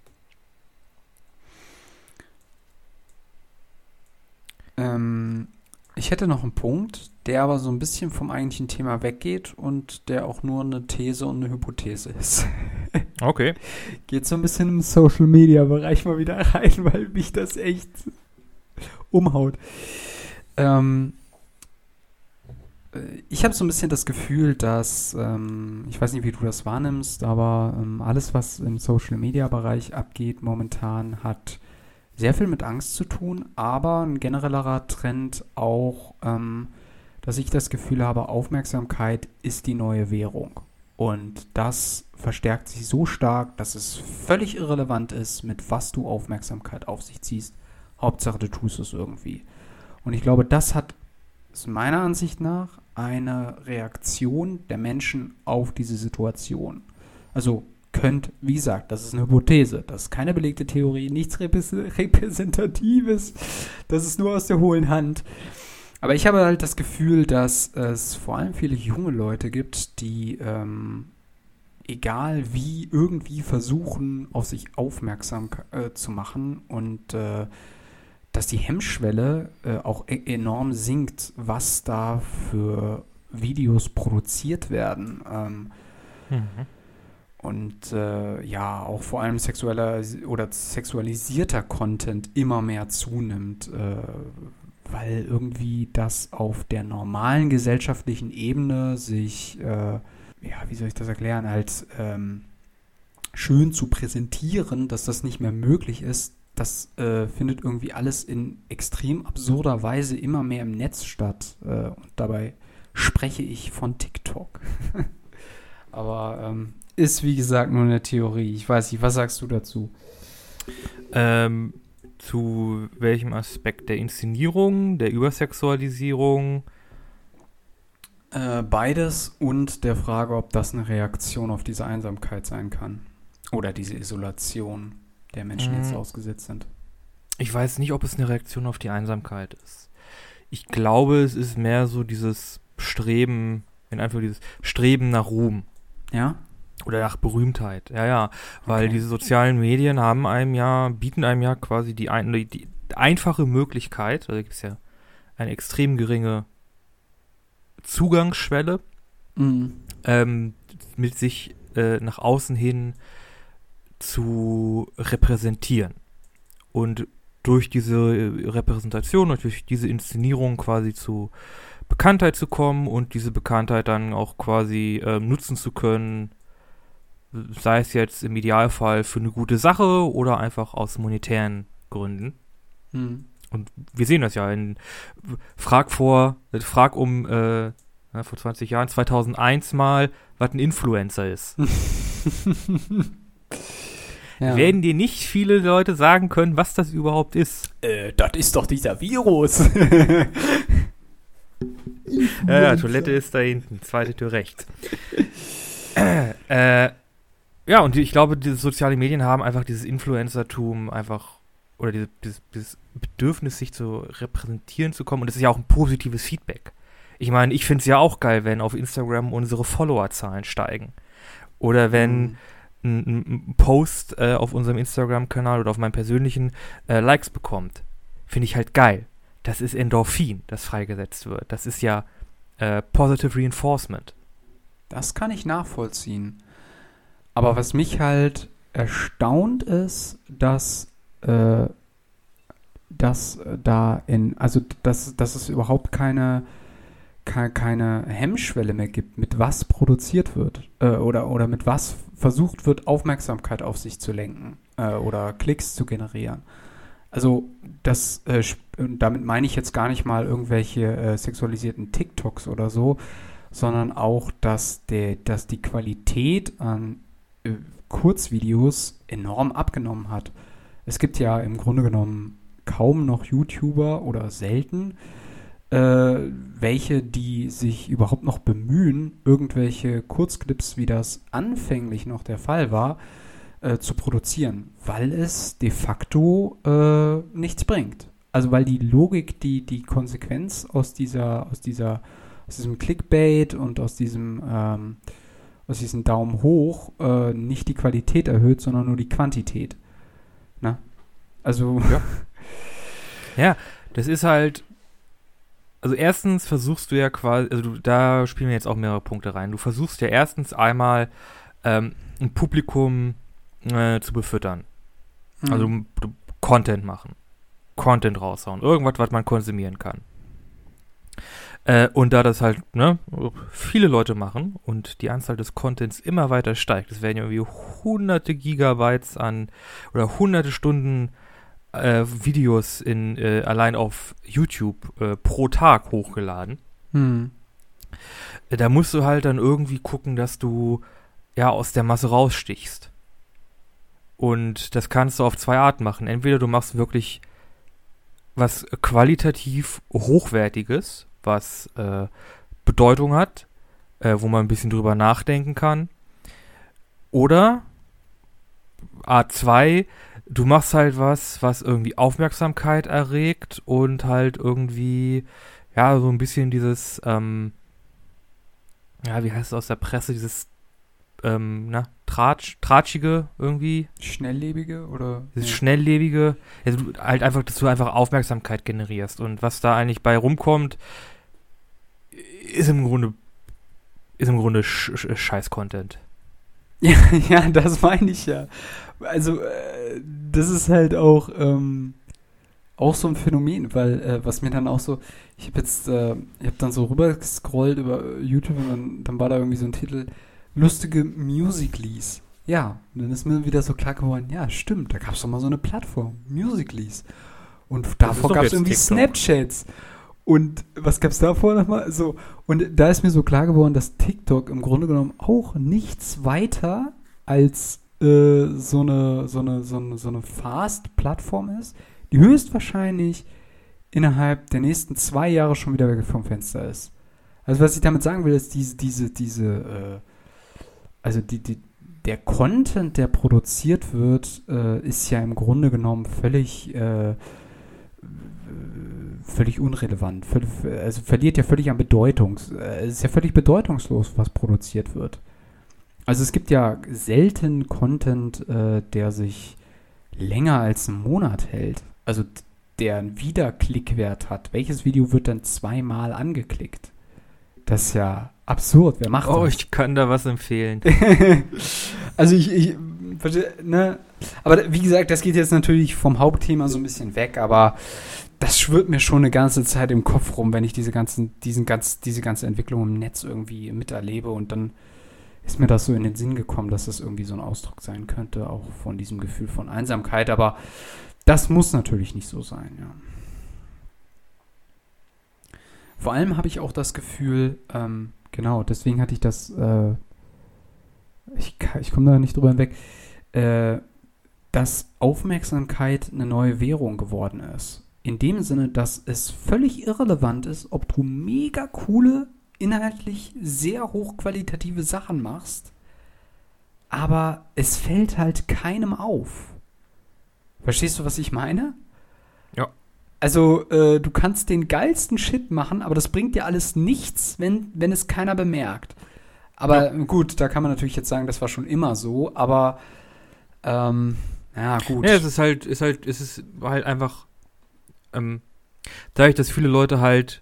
Ähm, ich hätte noch einen Punkt, der aber so ein bisschen vom eigentlichen Thema weggeht und der auch nur eine These und eine Hypothese ist.
Okay.
Geht so ein bisschen im Social-Media-Bereich mal wieder rein, weil mich das echt umhaut. Ähm, äh, ich habe so ein bisschen das Gefühl, dass, ähm, ich weiß nicht, wie du das wahrnimmst, aber ähm, alles, was im Social-Media-Bereich abgeht momentan, hat sehr viel mit Angst zu tun, aber ein generellerer Trend auch, ähm, dass ich das Gefühl habe, Aufmerksamkeit ist die neue Währung. Und das verstärkt sich so stark, dass es völlig irrelevant ist, mit was du Aufmerksamkeit auf sich ziehst. Hauptsache, du tust es irgendwie. Und ich glaube, das hat, ist meiner Ansicht nach, eine Reaktion der Menschen auf diese Situation. Also könnt, wie gesagt, das ist eine Hypothese, das ist keine belegte Theorie, nichts Repräs- Repräsentatives, das ist nur aus der hohlen Hand. Aber ich habe halt das Gefühl, dass es vor allem viele junge Leute gibt, die ähm, egal wie, irgendwie versuchen, auf sich aufmerksam äh, zu machen und äh, dass die Hemmschwelle äh, auch e- enorm sinkt, was da für Videos produziert werden. Ähm,
Mhm.
und äh, ja, auch vor allem sexueller oder sexualisierter Content immer mehr zunimmt, äh, weil irgendwie das auf der normalen gesellschaftlichen Ebene sich, äh, ja, wie soll ich das erklären, als ähm, schön zu präsentieren, dass das nicht mehr möglich ist. Das äh, findet irgendwie alles in extrem absurder Weise immer mehr im Netz statt. Äh, und dabei spreche ich von TikTok. Aber ähm, ist, wie gesagt, nur eine Theorie. Ich weiß nicht, was sagst du dazu?
Ähm, zu welchem Aspekt? Der Inszenierung, der Übersexualisierung?
Äh, beides und der Frage, ob das eine Reaktion auf diese Einsamkeit sein kann. Oder diese Isolation, der Menschen jetzt
Mhm.
ausgesetzt sind.
Ich weiß nicht, ob es eine Reaktion auf die Einsamkeit ist. Ich glaube, es ist mehr so dieses Streben, in einfach dieses Streben nach Ruhm
Ja?
oder nach Berühmtheit. Ja, ja, weil
Okay.
diese sozialen Medien haben einem ja, bieten einem ja quasi die, ein, die, die einfache Möglichkeit, also gibt es ja eine extrem geringe Zugangsschwelle,
Mhm.
ähm, mit sich äh, nach außen hin zu repräsentieren. Und durch diese äh, Repräsentation und durch diese Inszenierung quasi zu Bekanntheit zu kommen und diese Bekanntheit dann auch quasi ähm, nutzen zu können, sei es jetzt im Idealfall für eine gute Sache oder einfach aus monetären Gründen.
Mhm.
Und wir sehen das ja in Frag vor, äh, Frag um äh, ja, vor zwanzig Jahren, zweitausendeins mal, was ein Influencer ist.
Ja.
Werden dir nicht viele Leute sagen können, was das überhaupt ist.
Äh, das ist doch dieser Virus.
Ja, ja, Toilette ist da hinten, zweite Tür rechts. äh, ja, und ich glaube, diese sozialen Medien haben einfach dieses Influencertum einfach, oder diese, dieses, dieses Bedürfnis, sich zu repräsentieren zu kommen. Und das ist ja auch ein positives Feedback. Ich meine, ich finde es ja auch geil, wenn auf Instagram unsere Followerzahlen steigen. Oder wenn
Mhm.
ein, ein Post äh, auf unserem Instagram-Kanal oder auf meinem persönlichen äh, Likes bekommt. Finde ich halt geil. Das ist Endorphin, das freigesetzt wird. Das ist ja äh, Positive Reinforcement.
Das kann ich nachvollziehen. Aber was mich halt erstaunt ist, dass, äh, dass äh, da in, also dass, dass es überhaupt keine, ke- keine Hemmschwelle mehr gibt, mit was produziert wird äh, oder, oder mit was versucht wird, Aufmerksamkeit auf sich zu lenken äh, oder Klicks zu generieren. Also das, äh, sp- und damit meine ich jetzt gar nicht mal irgendwelche äh, sexualisierten TikToks oder so, sondern auch, dass, der, dass die Qualität an äh, Kurzvideos enorm abgenommen hat. Es gibt ja im Grunde genommen kaum noch YouTuber oder selten, äh, welche, die sich überhaupt noch bemühen, irgendwelche Kurzclips, wie das anfänglich noch der Fall war, äh, zu produzieren, weil es de facto äh, nichts bringt. Also weil die Logik, die, die Konsequenz aus dieser, aus dieser, aus diesem Clickbait und aus diesem, ähm, aus diesem Daumen hoch äh, nicht die Qualität erhöht, sondern nur die Quantität. Na? Also
Ja. Ja, das ist halt, also erstens versuchst du ja quasi, also du, da spielen wir jetzt auch mehrere Punkte rein. Du versuchst ja erstens einmal ähm, ein Publikum äh, zu befüttern. Also
Mhm.
du, Content machen. Content raushauen. Irgendwas, was man konsumieren kann. Äh, und da das halt, ne, viele Leute machen und die Anzahl des Contents immer weiter steigt, es werden ja irgendwie hunderte Gigabytes an oder hunderte Stunden äh, Videos in, äh, allein auf YouTube äh, pro Tag hochgeladen.
Mhm.
Äh, da musst du halt dann irgendwie gucken, dass du ja aus der Masse rausstichst. Und das kannst du auf zwei Arten machen. Entweder du machst wirklich was qualitativ Hochwertiges, was äh, Bedeutung hat, äh, wo man ein bisschen drüber nachdenken kann. Oder Art zwei, du machst halt was, was irgendwie Aufmerksamkeit erregt und halt irgendwie, ja, so ein bisschen dieses, ähm, ja, wie heißt es aus der Presse, dieses ähm, na, Tratsch, Tratschige irgendwie.
Schnelllebige oder?
Dieses
Nee.
Schnelllebige. Also halt einfach, dass du einfach Aufmerksamkeit generierst. Und was da eigentlich bei rumkommt, ist im Grunde, ist im Grunde Sch- Sch- Scheiß-Content.
Ja, ja, das meine ich ja. Also, äh, das ist halt auch, ähm, auch so ein Phänomen, weil, äh, was mir dann auch so, ich habe jetzt, äh, ich habe dann so rüber gescrollt über YouTube und dann, dann war da irgendwie so ein Titel, lustige Musical.lys. Ja, und dann ist mir wieder so klar geworden, ja, stimmt, da gab es doch mal so eine Plattform, Musical.lys. Und davor
doch
gab es
jetzt
irgendwie
TikTok.
Snapchats. Und was gab es davor nochmal? So, und da ist mir so klar geworden, dass TikTok im Grunde genommen auch nichts weiter als äh, so eine, so eine, so eine, so eine Fast-Plattform ist, die höchstwahrscheinlich innerhalb der nächsten zwei Jahre schon wieder weg vom Fenster ist. Also was ich damit sagen will, ist diese, diese, diese, äh, also die, die, der Content, der produziert wird, äh, ist ja im Grunde genommen völlig, äh, völlig unrelevant. Völlig, also verliert ja völlig an Bedeutung. Es ist ja völlig bedeutungslos, was produziert wird. Also es gibt ja selten Content, äh, der sich länger als einen Monat hält. Also der einen Wiederklickwert hat. Welches Video wird dann zweimal angeklickt? Das ist ja absurd. Wer macht
Oh,
das?
ich kann da was empfehlen.
Also ich, ich ne? Aber wie gesagt, das geht jetzt natürlich vom Hauptthema so ein bisschen weg, aber das schwirrt mir schon eine ganze Zeit im Kopf rum, wenn ich diese ganzen, diesen ganz, diese ganze Entwicklung im Netz irgendwie miterlebe und dann ist mir das so in den Sinn gekommen, dass das irgendwie so ein Ausdruck sein könnte, auch von diesem Gefühl von Einsamkeit, aber das muss natürlich nicht so sein, ja. Vor allem habe ich auch das Gefühl, ähm, genau, deswegen hatte ich das, äh, ich, ich komme da nicht drüber hinweg, äh, dass Aufmerksamkeit eine neue Währung geworden ist. In dem Sinne, dass es völlig irrelevant ist, ob du mega coole, inhaltlich sehr hochqualitative Sachen machst, aber es fällt halt keinem auf. Verstehst du, was ich meine?
Ja.
Also, äh, du kannst den geilsten Shit machen, aber das bringt dir alles nichts, wenn, wenn es keiner bemerkt. Aber ja. Gut, da kann man natürlich jetzt sagen, das war schon immer so, aber ähm, ja, gut.
Ja, es ist halt, ist halt, es ist halt einfach ähm, dadurch, dass viele Leute halt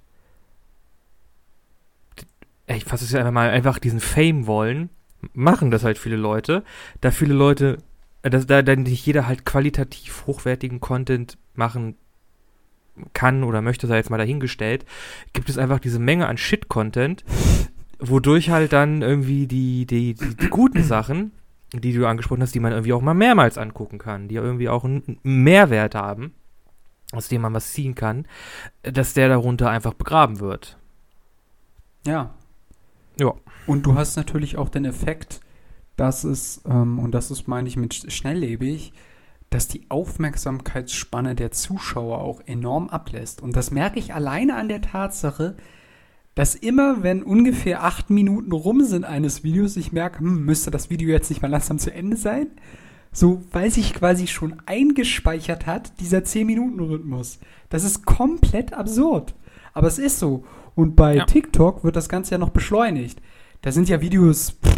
ich fasse es ja einfach mal, einfach diesen Fame wollen, machen das halt viele Leute. Da viele Leute, dass da dann nicht jeder halt qualitativ hochwertigen Content machen kann oder möchte, sei jetzt mal dahingestellt, gibt es einfach diese Menge an Shit-Content, wodurch halt dann irgendwie die, die, die, die guten Sachen, die du angesprochen hast, die man irgendwie auch mal mehrmals angucken kann, die irgendwie auch einen Mehrwert haben, aus dem man was ziehen kann, dass der darunter einfach begraben wird.
Ja.
Ja.
Und du hast natürlich auch den Effekt, dass es, ähm, und das ist, meine ich, mit schnelllebig, dass die Aufmerksamkeitsspanne der Zuschauer auch enorm ablässt. Und das merke ich alleine an der Tatsache, dass immer, wenn ungefähr acht Minuten rum sind eines Videos, ich merke, hm, müsste das Video jetzt nicht mal langsam zu Ende sein? So, weil sich quasi schon eingespeichert hat, dieser zehn-Minuten-Rhythmus. Das ist komplett absurd. Aber es ist so. Und bei ja. TikTok wird das Ganze ja noch beschleunigt. Da sind ja Videos pff,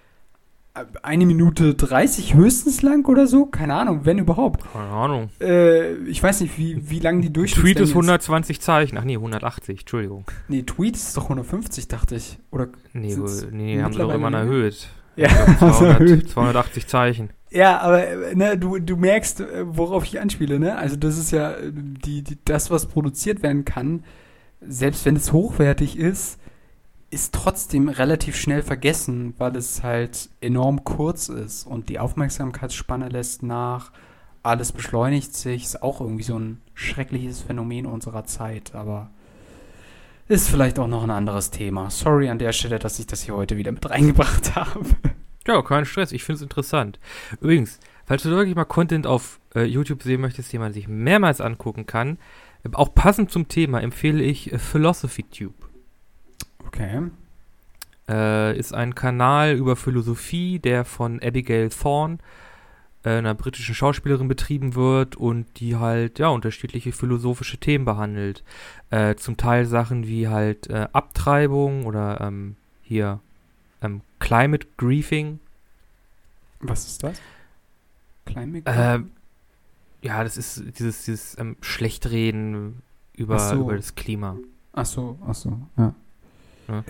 eine Minute dreißig höchstens lang oder so. Keine Ahnung, wenn überhaupt.
Keine Ahnung.
Äh, ich weiß nicht, wie, wie lang die Durchschnittslänge
Tweet ist hundertzwanzig Zeichen. Ach nee, hundertachtzig, Entschuldigung.
Nee, Tweet ist doch hundertfünfzig, dachte ich. Oder
nee, nee haben sie doch immer erhöht.
Ja,
zweihundert, zweihundertachtzig Zeichen.
Ja, aber ne, du, du merkst, worauf ich anspiele, ne? Also das ist ja die, die, das, was produziert werden kann, selbst wenn es hochwertig ist, ist trotzdem relativ schnell vergessen, weil es halt enorm kurz ist und die Aufmerksamkeitsspanne lässt nach, alles beschleunigt sich, ist auch irgendwie so ein schreckliches Phänomen unserer Zeit, aber ist vielleicht auch noch ein anderes Thema. Sorry an der Stelle, dass ich das hier heute wieder mit reingebracht habe.
Ja, kein Stress, ich finde es interessant. Übrigens, falls du wirklich mal Content auf äh, YouTube sehen möchtest, den man sich mehrmals angucken kann, äh, auch passend zum Thema empfehle ich äh, PhilosophyTube.
Okay.
Äh, ist ein Kanal über Philosophie, der von Abigail Thorne, äh, einer britischen Schauspielerin, betrieben wird und die halt, ja, unterschiedliche philosophische Themen behandelt. Äh, zum Teil Sachen wie halt äh, Abtreibung oder ähm, hier ähm, Climate Griefing.
Was ist das? Climate
Äh, ja, das ist dieses, dieses ähm, Schlechtreden über,
Ach so.
über das Klima.
Ach so, ach so, ja.
Ne?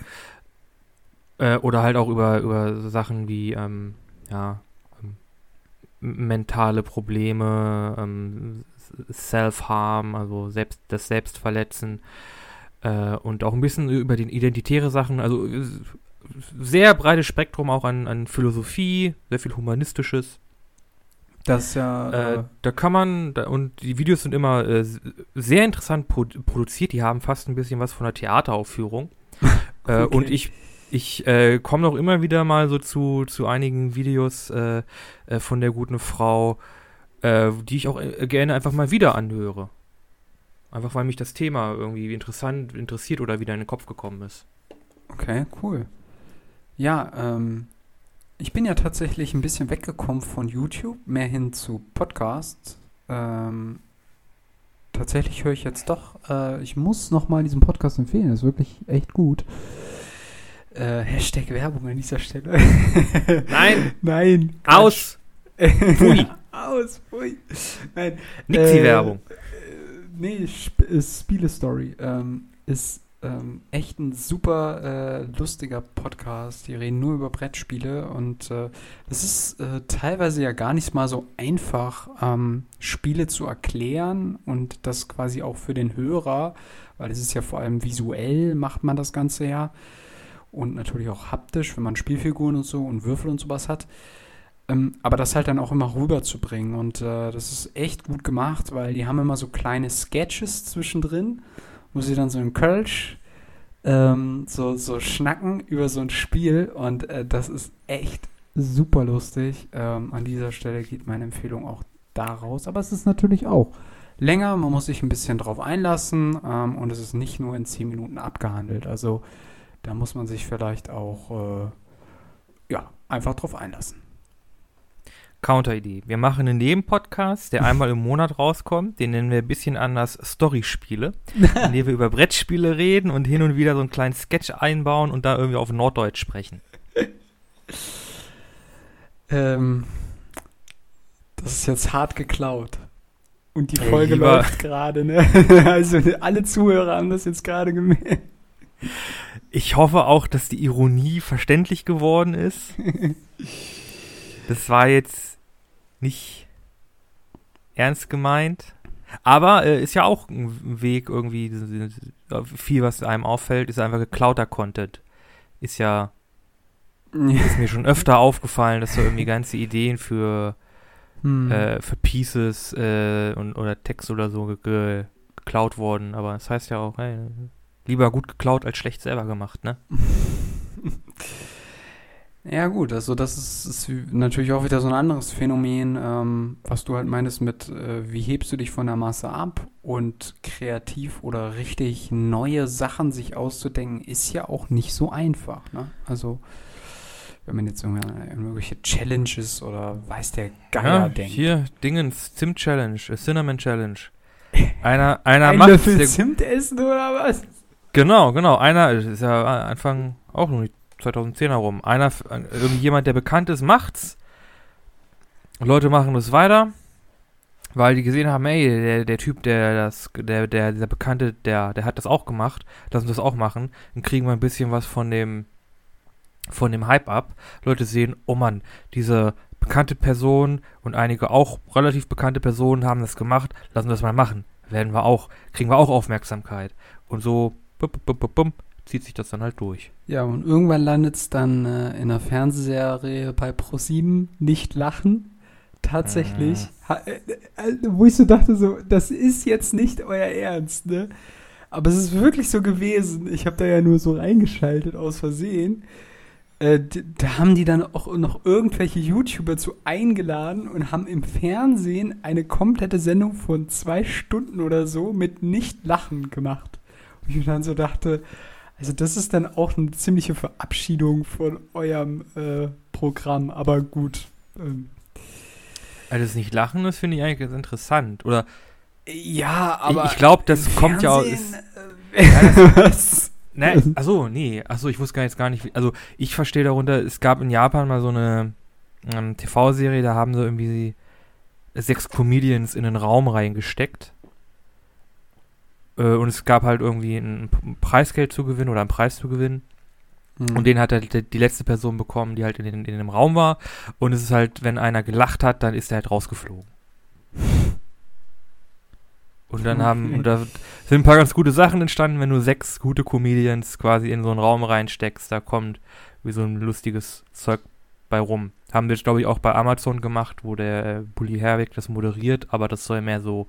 Äh, oder halt auch über, über so Sachen wie ähm, ja, ähm, m- mentale Probleme, ähm, S- Self-Harm, also selbst, das Selbstverletzen äh, und auch ein bisschen über den identitäre Sachen, also äh, sehr breites Spektrum auch an, an Philosophie, sehr viel Humanistisches.
Das ist ja.
Äh,
Äh,
da kann man, da, und die Videos sind immer äh, s- sehr interessant pro produziert, die haben fast ein bisschen was von einer Theateraufführung. äh,
Okay.
und ich, ich äh, komme noch immer wieder mal so zu, zu einigen Videos äh, äh, von der guten Frau, äh, die ich auch äh, gerne einfach mal wieder anhöre. Einfach weil mich das Thema irgendwie interessant interessiert oder wieder in den Kopf gekommen ist.
okay, cool. Ja, ähm, ich bin ja tatsächlich ein bisschen weggekommen von YouTube, mehr hin zu Podcasts. Ähm, tatsächlich höre ich jetzt doch, äh, ich muss nochmal diesen Podcast empfehlen, das ist wirklich echt gut. Äh, Hashtag Werbung an dieser Stelle.
Nein!
Nein.
Aus! Pfui!
Aus, pfui. Nein.
Nixi-Werbung.
Äh, nee, Sp äh, Spiele-Story. Ähm, ist ähm, echt ein super äh, lustiger Podcast. Die reden nur über Brettspiele und äh, es ist äh, teilweise ja gar nicht mal so einfach, ähm, Spiele zu erklären und das quasi auch für den Hörer, weil es ist ja vor allem visuell, macht man das Ganze ja. Und natürlich auch haptisch, wenn man Spielfiguren und so und Würfel und sowas hat. Ähm, aber das halt dann auch immer rüberzubringen. Und äh, das ist echt gut gemacht, weil die haben immer so kleine Sketches zwischendrin, wo sie dann so in Kölsch ähm, so, so schnacken über so ein Spiel. Und äh, das ist echt super lustig. Ähm, an dieser Stelle geht meine Empfehlung auch da raus. Aber es ist natürlich auch länger, man muss sich ein bisschen drauf einlassen. Ähm, und es ist nicht nur in zehn Minuten abgehandelt. Also da muss man sich vielleicht auch äh, ja, einfach drauf einlassen.
Counteridee. Wir machen einen Nebenpodcast, der einmal im Monat rauskommt. Den nennen wir ein bisschen anders Storyspiele, in dem wir über Brettspiele reden und hin und wieder so einen kleinen Sketch einbauen und da irgendwie auf Norddeutsch sprechen.
ähm, das ist jetzt hart geklaut. Und die
Ey,
Folge
lieber-
läuft gerade, ne? Also alle Zuhörer haben das jetzt gerade gemerkt.
Ich hoffe auch, dass die Ironie verständlich geworden ist. Das war jetzt nicht ernst gemeint. Aber äh, ist ja auch ein Weg irgendwie, viel, was einem auffällt, ist einfach geklauter Content. Ist ja, ist mir schon öfter aufgefallen, dass so irgendwie ganze Ideen für,
Hm.
äh, für Pieces äh, und, oder Text oder so ge ge geklaut wurden. Aber das heißt ja auch, hey, lieber gut geklaut als schlecht selber gemacht, ne?
Ja gut, also das ist, ist natürlich auch wieder so ein anderes Phänomen, ähm, was du halt meintest mit, äh, wie hebst du dich von der Masse ab und kreativ oder richtig neue Sachen sich auszudenken, ist ja auch nicht so einfach, ne? Also wenn man jetzt irgendwie an irgendwelche Challenges oder weiß der Geier
Ja,
denkt.
hier, Dingens, Zimt Challenge, äh, Cinnamon Challenge. Einer, einer
Ein
macht
Löffel Zimt essen oder was?
Genau, genau. Einer, das ist ja Anfang auch noch nicht zweitausendzehner rum. Einer, f- äh, irgendjemand, der bekannt ist, macht's. Leute machen das weiter, weil die gesehen haben, ey, der, der Typ, der das, der, der, dieser Bekannte, der, der hat das auch gemacht, lass uns das auch machen. Dann kriegen wir ein bisschen was von dem, von dem Hype ab. Leute sehen, oh Mann, diese bekannte Person und einige auch relativ bekannte Personen haben das gemacht, lassen wir das mal machen. Werden wir auch, kriegen wir auch Aufmerksamkeit. Und so, bum, bum, bum, bum, zieht sich das dann halt durch.
Ja, und irgendwann landet es dann äh, in einer Fernsehserie bei ProSieben, Nicht lachen. Tatsächlich. Ha, äh, äh, wo ich so dachte, so, das ist jetzt nicht euer Ernst, ne? Aber es ist wirklich so gewesen. Ich habe da ja nur so reingeschaltet aus Versehen. Äh, d- da haben die dann auch noch irgendwelche YouTuber zu eingeladen und haben im Fernsehen eine komplette Sendung von zwei Stunden oder so mit Nicht-Lachen gemacht. Und ich mir dann so dachte, also das ist dann auch eine ziemliche Verabschiedung von eurem äh, Programm, aber gut. Ähm,
Also das nicht lachen, das finde ich eigentlich ganz interessant. Oder
ja, aber
ich, ich glaube, das
im
kommt ja aus.
Fernsehen,
Ist,
äh, was?
Ne, achso, nee, achso, ich wusste gar jetzt gar nicht, wie, also ich verstehe darunter, es gab in Japan mal so eine ähm, T V-Serie, da haben sie irgendwie sechs Comedians in einen Raum reingesteckt. Äh, und es gab halt irgendwie ein, ein Preisgeld zu gewinnen oder einen Preis zu gewinnen.
Hm.
Und den hat halt die, die letzte Person bekommen, die halt in, den, in dem Raum war. Und es ist halt, wenn einer gelacht hat, dann ist er halt rausgeflogen. Und dann
Okay.
haben, und da sind ein paar ganz gute Sachen entstanden, wenn du sechs gute Comedians quasi in so einen Raum reinsteckst, da kommt wie so ein lustiges Zeug bei rum. Haben wir, glaube ich, auch bei Amazon gemacht, wo der äh, Bully Herwig das moderiert, aber das soll mehr so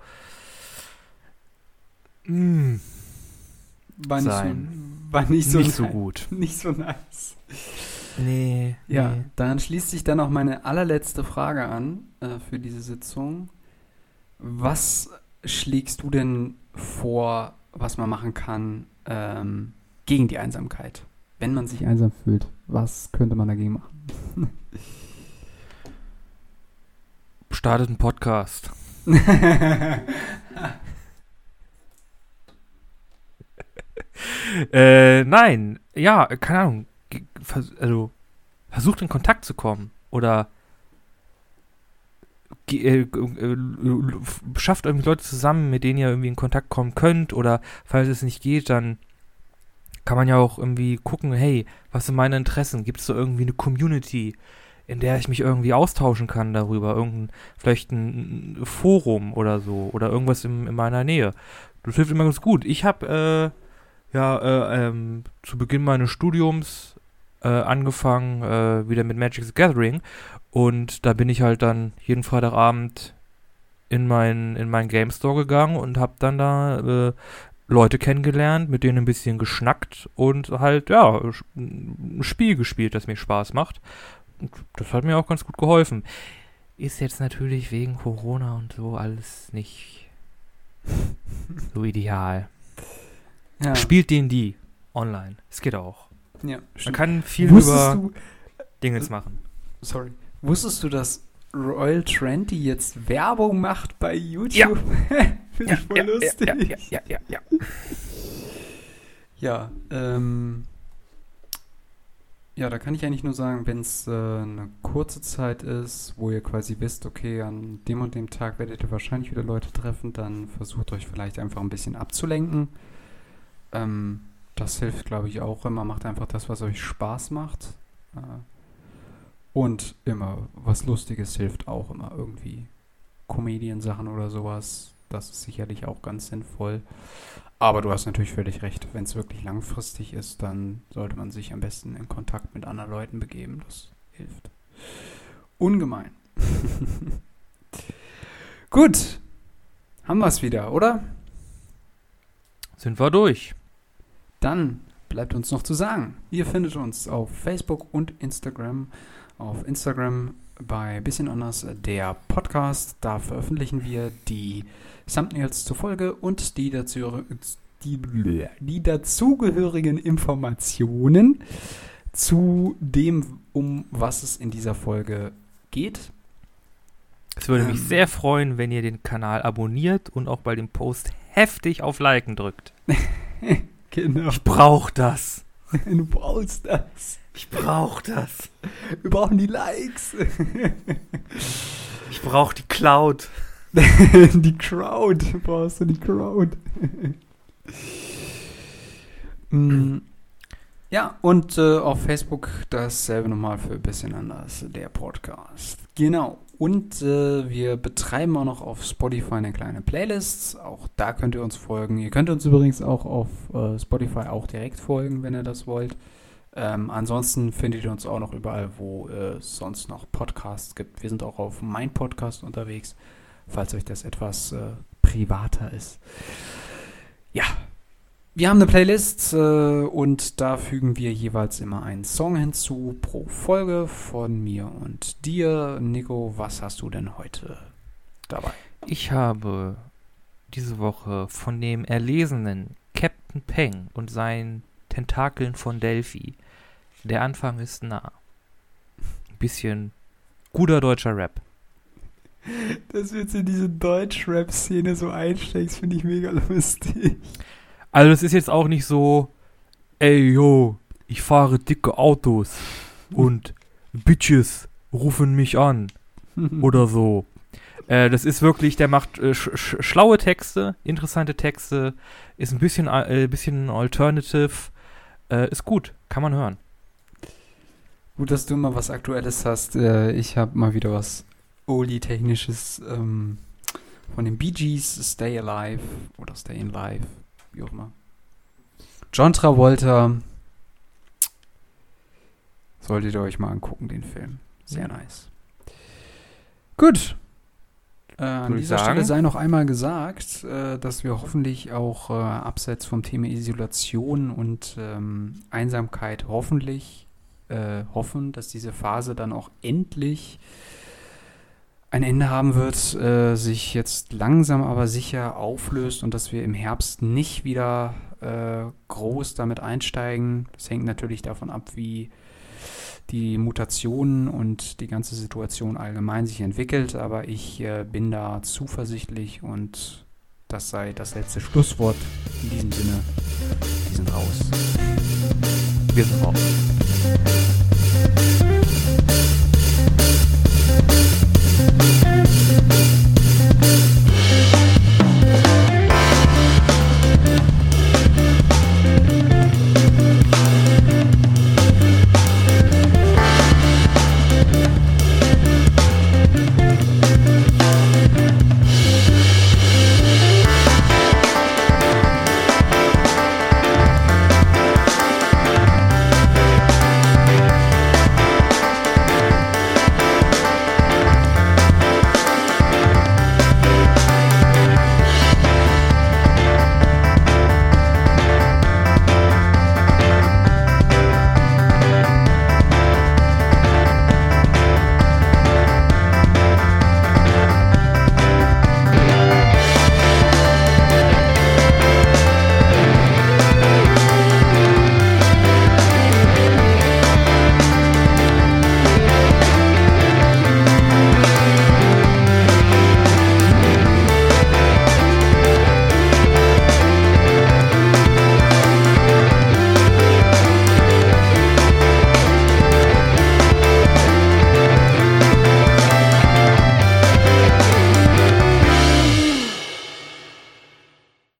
mh,
War nicht,
sein.
so, war nicht so
nicht so
nice.
gut.
Nicht so nice.
Nee,
Ja,
nee.
dann schließt sich dann noch meine allerletzte Frage an äh, für diese Sitzung. Was schlägst du denn vor, was man machen kann ähm, gegen die Einsamkeit? Wenn man sich einsam fühlt, was könnte man dagegen machen?
Startet einen Podcast. äh, nein, ja, keine Ahnung. Ge- vers- Also, versucht in Kontakt zu kommen. Oder ge- äh, äh, l- f- schafft irgendwie Leute zusammen, mit denen ihr irgendwie in Kontakt kommen könnt. Oder falls es nicht geht, dann kann man ja auch irgendwie gucken, hey, was sind meine Interessen? Gibt es da irgendwie eine Community, in der ich mich irgendwie austauschen kann darüber? Irgendein, vielleicht ein, ein Forum oder so. Oder irgendwas in, in meiner Nähe. Das hilft immer ganz gut. Ich habe äh, ja äh, ähm, zu Beginn meines Studiums äh, angefangen äh, wieder mit Magic the Gathering. Und da bin ich halt dann jeden Freitagabend in mein, in mein Game Store gegangen und habe dann da äh, Leute kennengelernt, mit denen ein bisschen geschnackt und halt, ja, sch- ein Spiel gespielt, das mir Spaß macht. Und das hat mir auch ganz gut geholfen. Ist jetzt natürlich wegen Corona und so alles nicht so ideal.
Ja,
Spielt D und D online. Es geht auch.
ja,
Man
stimmt.
kann viel
Wusstest
über
du,
Dingens machen.
sorry, wusstest du, dass Royal Trendy jetzt Werbung macht bei YouTube?
Ja.
Finde ich voll lustig.
Ja, ja, ja, ja, ja.
Ja, ähm, ja, da kann ich eigentlich nur sagen, wenn es äh, eine kurze Zeit ist, wo ihr quasi wisst, okay, an dem und dem Tag werdet ihr wahrscheinlich wieder Leute treffen, dann versucht euch vielleicht einfach ein bisschen abzulenken. Ähm, das hilft, glaube ich, auch immer. Macht einfach das, was euch Spaß macht. Äh, und immer was Lustiges hilft auch immer irgendwie. Comedian-Sachen oder sowas, das ist sicherlich auch ganz sinnvoll. Aber du hast natürlich völlig recht. Wenn es wirklich langfristig ist, dann sollte man sich am besten in Kontakt mit anderen Leuten begeben. Das hilft. Ungemein. Gut. Haben wir es wieder, oder?
Sind wir durch.
Dann bleibt uns noch zu sagen, ihr findet uns auf Facebook und Instagram. Auf Instagram bei Bisschen Anders der Podcast. Da veröffentlichen wir die Thumbnails zur Folge und die, dazu, die, die dazugehörigen Informationen zu dem, um was es in dieser Folge geht.
Es würde
Ähm.
mich sehr freuen, wenn ihr den Kanal abonniert und auch bei dem Post heftig auf Liken drückt.
Genau.
Ich brauch das.
Du brauchst das.
Ich brauch das.
Wir brauchen die Likes.
Ich brauch die Cloud.
Die Crowd. Brauchst du die Crowd? Mm, ja, und äh, auf Facebook dasselbe nochmal für ein bisschen anders, der Podcast. Genau. Und äh, wir betreiben auch noch auf Spotify eine kleine Playlist. Auch da könnt ihr uns folgen. Ihr könnt uns übrigens auch auf äh, Spotify auch direkt folgen, wenn ihr das wollt. Ähm, ansonsten findet ihr uns auch noch überall, wo äh, es sonst noch Podcasts gibt. Wir sind auch auf mein Podcast unterwegs, falls euch das etwas äh, privater ist. Ja, wir haben eine Playlist äh, und da fügen wir jeweils immer einen Song hinzu pro Folge von mir und dir. Nico, was hast du denn heute dabei?
Ich habe diese Woche von dem erlesenen Captain Peng und seinen Tentakeln von Delphi. Der Anfang ist nah. Ein bisschen guter deutscher Rap.
Dass du jetzt in diese Deutsch-Rap-Szene so einsteigst, finde ich mega lustig.
Also das ist jetzt auch nicht so ey, yo, ich fahre dicke Autos und Bitches rufen mich an oder so. Äh, das ist wirklich, der macht äh, sch- sch- schlaue Texte, interessante Texte, ist ein bisschen, äh, bisschen alternative, äh, ist gut, kann man hören.
Gut, dass du immer was Aktuelles hast. Äh, ich habe mal wieder was Oldie-technisches ähm, von den Bee Gees, Stay Alive oder Stay in Life, wie auch immer. John Travolta. Solltet ihr euch mal angucken, den Film. Sehr nice. Gut. Äh, an
Würde ich
dieser
sagen.
Stelle sei noch einmal gesagt, äh, dass wir hoffentlich auch äh, abseits vom Thema Isolation und ähm, Einsamkeit hoffentlich äh, hoffen, dass diese Phase dann auch endlich ein Ende haben wird, äh, sich jetzt langsam aber sicher auflöst und dass wir im Herbst nicht wieder äh, groß damit einsteigen. Das hängt natürlich davon ab, wie die Mutationen und die ganze Situation allgemein sich entwickelt, aber ich äh, bin da zuversichtlich und das sei das letzte Schlusswort. In diesem Sinne, wir sind raus.
Wir sind raus.